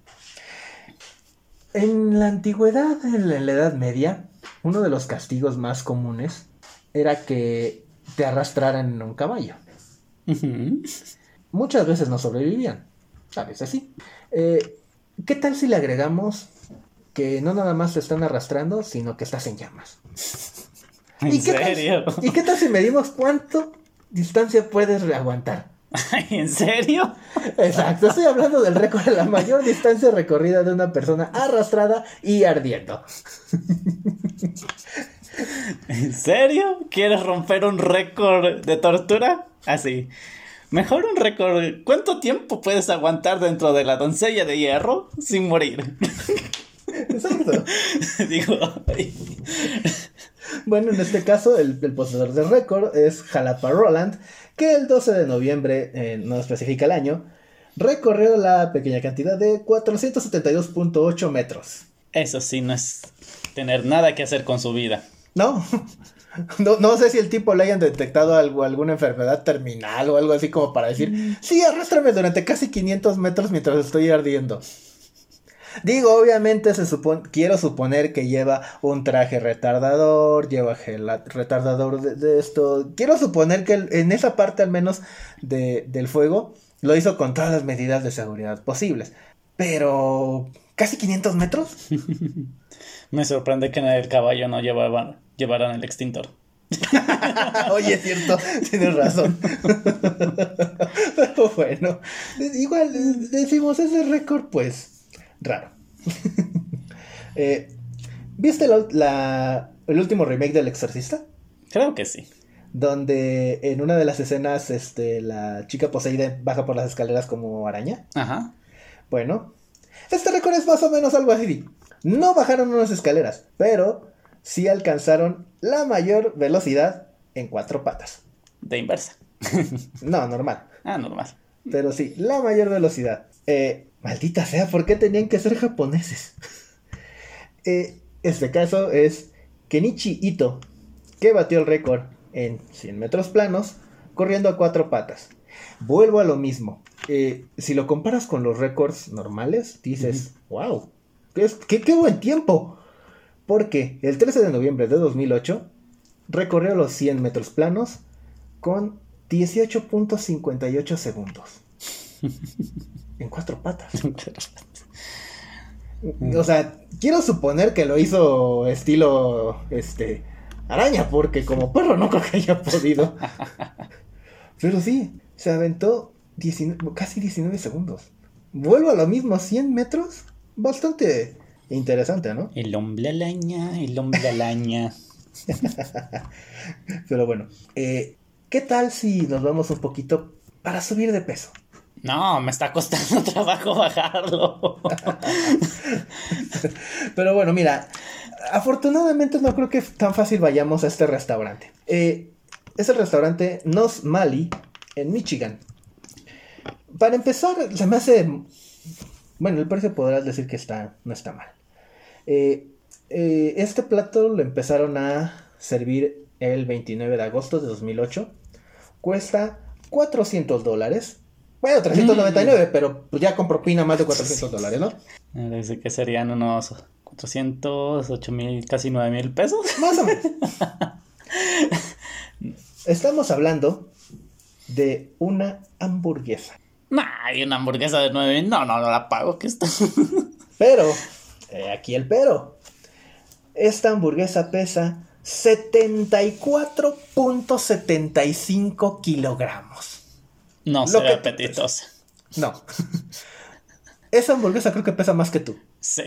en la antigüedad, en la Edad Media, uno de los castigos más comunes era que te arrastraran en un caballo. Muchas veces no sobrevivían, a veces sí. ¿Qué tal si le agregamos que no nada más te están arrastrando, sino que estás en llamas? ¿En serio? ¿Y qué tal si medimos cuánto distancia puedes aguantar? ¿En serio? Exacto, estoy hablando del récord de la mayor distancia recorrida de una persona arrastrada y ardiendo. ¿En serio? ¿Quieres romper un récord de tortura? Así. Mejor un récord. ¿Cuánto tiempo puedes aguantar dentro de la doncella de hierro sin morir? Exacto. Digo. Bueno, en este caso, el poseedor del récord es Jalapa Roland, que el 12 de noviembre, no especifica el año, recorrió la pequeña cantidad de 472.8 metros. Eso sí, no es tener nada que hacer con su vida. No sé si el tipo le hayan detectado alguna enfermedad terminal o algo así como para decir, sí, arrástrame durante casi 500 metros mientras estoy ardiendo. Digo, obviamente quiero suponer que lleva un traje retardador, lleva retardador de esto. Quiero suponer que en esa parte al menos del fuego lo hizo con todas las medidas de seguridad posibles. Pero, ¿casi 500 metros? Me sorprende que en el caballo no llevaran el extintor. Oye, es cierto, tienes razón. Pero bueno, igual decimos ese récord, pues, raro. ¿Viste el último remake del Exorcista? Creo que sí. Donde en una de las escenas, la chica poseída baja por las escaleras como araña. Ajá. Bueno, este récord es más o menos algo así. No bajaron unas escaleras, pero sí alcanzaron la mayor velocidad en 4 patas. De inversa. No, normal. Ah, normal. Pero sí, la mayor velocidad. Maldita sea, ¿por qué tenían que ser japoneses? Este caso es Kenichi Ito, que batió el récord en 100 metros planos, corriendo a 4 patas. Vuelvo a lo mismo. Si lo comparas con los récords normales, dices, wow, qué buen tiempo. Porque el 13 de noviembre de 2008 recorrió los 100 metros planos con 18.58 segundos. En 4 patas. O sea, quiero suponer que lo hizo estilo araña, porque como perro no creo que haya podido. Pero sí, se aventó casi 19 segundos. Vuelvo a lo mismo, 100 metros. Bastante interesante, ¿no? El hombre araña. Pero bueno, ¿qué tal si nos vamos un poquito para subir de peso? No, me está costando trabajo bajarlo. Pero bueno, mira, afortunadamente no creo que tan fácil vayamos a este restaurante. Es el restaurante Nos Mali en Michigan. Para empezar, se me hace... Bueno, el precio podrás decir que no está mal. Este plato lo empezaron a servir el 29 de agosto de 2008. Cuesta $400. Bueno, 399, pero pues ya con propina más de $400, ¿no? Parece que serían unos 400, 8,000, casi 9,000 pesos. Más o menos. Estamos hablando de una hamburguesa. Ay, una hamburguesa de 9,000. No la pago. ¿Qué está? Pero, aquí el pero. Esta hamburguesa pesa 74.75 kilogramos. No se ve apetitosa. No. Esa hamburguesa creo que pesa más que tú. Sí.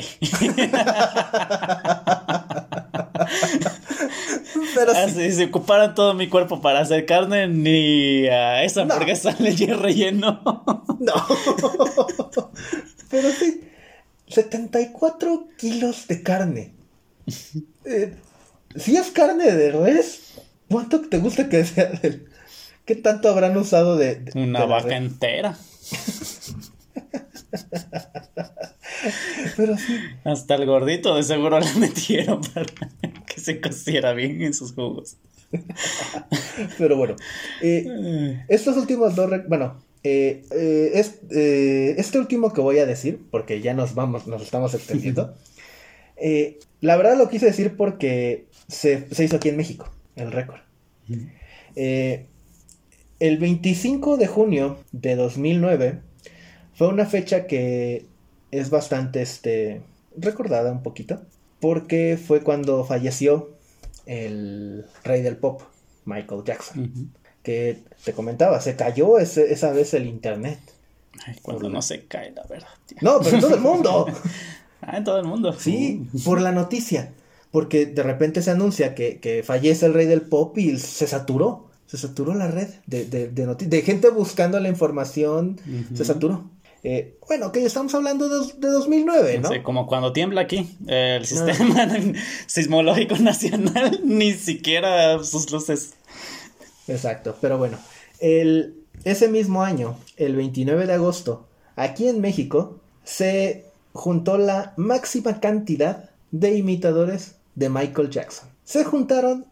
Pero sí. Si ocuparan todo mi cuerpo para hacer carne, ni a esa hamburguesa le llevo relleno. No. Pero sí, 74 kilos de carne. Si es carne de res, ¿cuánto te gusta que sea del... ¿Qué tanto habrán usado de una vaca entera? Pero sí. Hasta el gordito de seguro le metieron para que se cociera bien en sus jugos. Pero bueno, estos últimos dos... este último que voy a decir, porque ya nos estamos extendiendo. La verdad lo quise decir porque se hizo aquí en México, el récord. El 25 de junio de 2009 fue una fecha que es bastante recordada un poquito, porque fue cuando falleció el rey del pop, Michael Jackson, que te comentaba, se cayó esa vez el internet. Ay, cuando no se cae, la verdad. Tío. No, pero en todo el mundo. En todo el mundo. Sí, por la noticia, porque de repente se anuncia que fallece el rey del pop y se saturó la red de gente buscando la información, se saturó. Bueno, que estamos hablando de 2009, ¿no? Sí, como cuando tiembla aquí, el sistema sismológico nacional, ni siquiera sus luces. Exacto, pero bueno, ese mismo año, el 29 de agosto, aquí en México, se juntó la máxima cantidad de imitadores de Michael Jackson. Se juntaron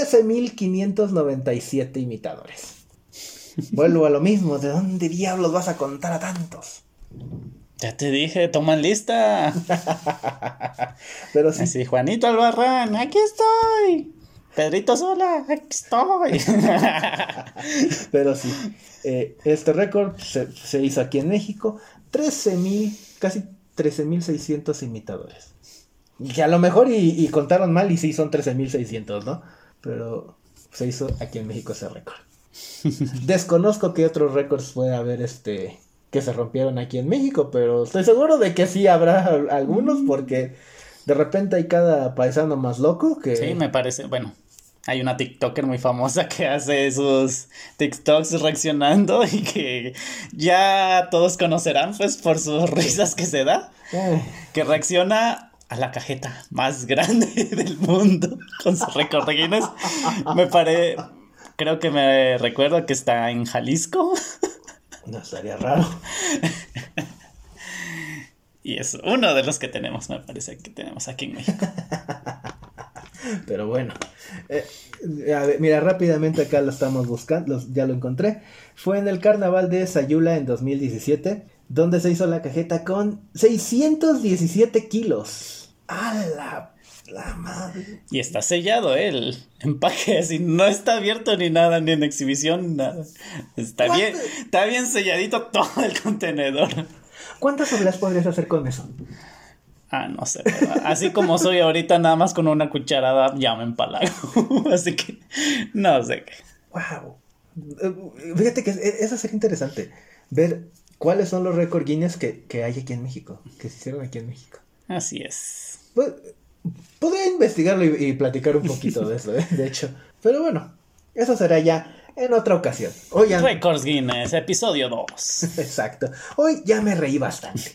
13,597 imitadores. Vuelvo a lo mismo, ¿de dónde diablos vas a contar a tantos? Ya te dije, toman lista. Pero sí. Así, Juanito Albarrán, aquí estoy. Pedrito Sola, aquí estoy. Pero sí, este récord se hizo aquí en México. 13,000, casi 13,600 imitadores. Que a lo mejor y contaron mal y sí son 13,600, ¿no? Pero se hizo aquí en México ese récord. Desconozco qué otros récords puede haber que se rompieron aquí en México, pero estoy seguro de que sí habrá algunos porque de repente hay cada paisano más loco que... Sí, me parece, bueno, hay una TikToker muy famosa que hace sus TikToks reaccionando y que ya todos conocerán pues por sus risas que se da, que reacciona a la cajeta más grande del mundo con su récord de Guinness. Creo que me recuerdo que está en Jalisco. No estaría raro. Y es uno de los que tenemos, me parece que tenemos aquí en México. Pero bueno, a ver, mira, rápidamente acá lo estamos buscando, ya lo encontré. Fue en el carnaval de Sayula en 2017, donde se hizo la cajeta con 617 kilos. ¡A la madre! Y está sellado el empaque, así no está abierto ni nada, ni en exhibición, nada. Está bien selladito todo el contenedor. ¿Cuántas obleas podrías hacer con eso? No sé, así como soy ahorita, nada más con una cucharada ya me empalago. Así que no sé qué. Wow. Fíjate que eso sería interesante. Ver cuáles son los récords Guinness que hay aquí en México. Que se hicieron aquí en México. Así es. Pues, podría investigarlo y platicar un poquito de eso, de hecho. Pero bueno, eso será ya en otra ocasión. Records Guinness, episodio 2. Exacto. Hoy ya me reí bastante.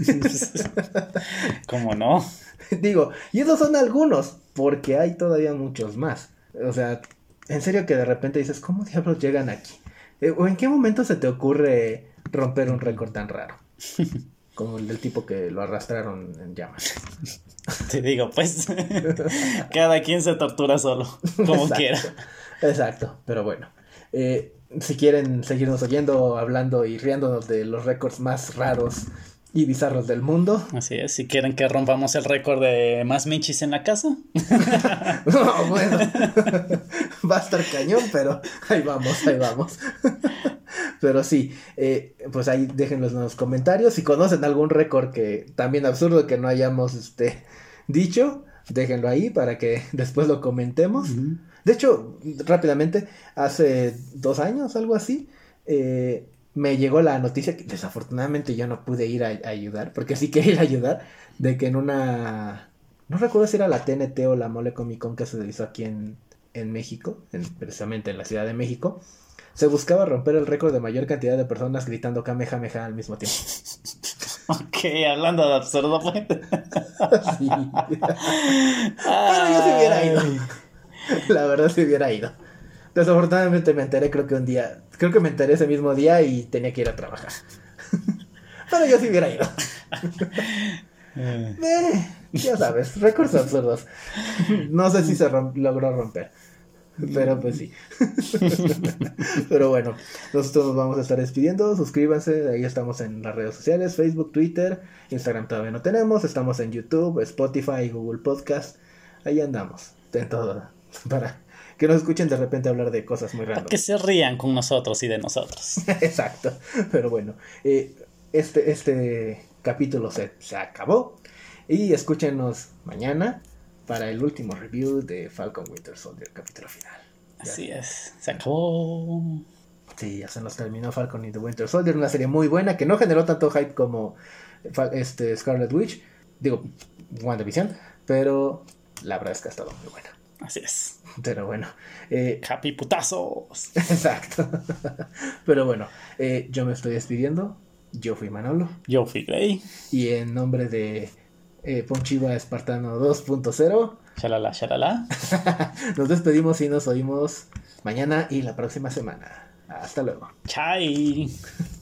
¿Cómo no? Digo, y esos son algunos, porque hay todavía muchos más. O sea, en serio que de repente dices, ¿cómo diablos llegan aquí? ¿O en qué momento se te ocurre romper un récord tan raro? Como el del tipo que lo arrastraron en llamas. Te digo, pues, cada quien se tortura solo, como Exacto, quiera. Exacto, pero bueno. Si quieren seguirnos oyendo, hablando y riéndonos de los récords más raros y bizarros del mundo. Así es, si quieren que rompamos el récord de más michis en la casa. No, bueno, va a estar cañón, pero ahí vamos. Pero sí, pues ahí déjenlos en los comentarios. Si conocen algún récord que también absurdo que no hayamos dicho, déjenlo ahí para que después lo comentemos. Uh-huh. De hecho, rápidamente, hace 2 años, algo así, me llegó la noticia que desafortunadamente yo no pude ir a ayudar, porque sí quería ir a ayudar, de que en una... No recuerdo si era la TNT o la Mole Comic Con que se hizo aquí en México, precisamente en la Ciudad de México, se buscaba romper el récord de mayor cantidad de personas gritando Kamehameha al mismo tiempo. Ok, hablando de absurdo, pues. Sí. Pero yo se hubiera ido. La verdad se hubiera ido. Desafortunadamente me enteré creo que me enteré ese mismo día y tenía que ir a trabajar. Pero yo sí hubiera ido. Ya sabes, récords absurdos. No sé si se logró romper. Pero pues sí. Pero bueno, nosotros nos vamos a estar despidiendo. Suscríbanse, ahí estamos en las redes sociales, Facebook, Twitter, Instagram todavía no tenemos. Estamos en YouTube, Spotify, Google Podcast. Ahí andamos, en todo, para que nos escuchen de repente hablar de cosas muy raras. Para que se rían con nosotros y de nosotros. Exacto. Pero bueno, este capítulo se acabó. Y escúchenos mañana para el último review de Falcon Winter Soldier, capítulo final. Así es, se acabó. Sí, ya se nos terminó Falcon y the Winter Soldier, una serie muy buena que no generó tanto hype como Scarlet Witch, digo, WandaVision, pero la verdad es que ha estado muy buena. Así es. Pero bueno. Happy putazos. Exacto. Pero bueno, yo me estoy despidiendo. Yo fui Manolo. Yo fui Grey. Y en nombre de Ponchiva Espartano 2.0. Shalala, shalala. Nos despedimos y nos oímos mañana y la próxima semana. Hasta luego. Chai.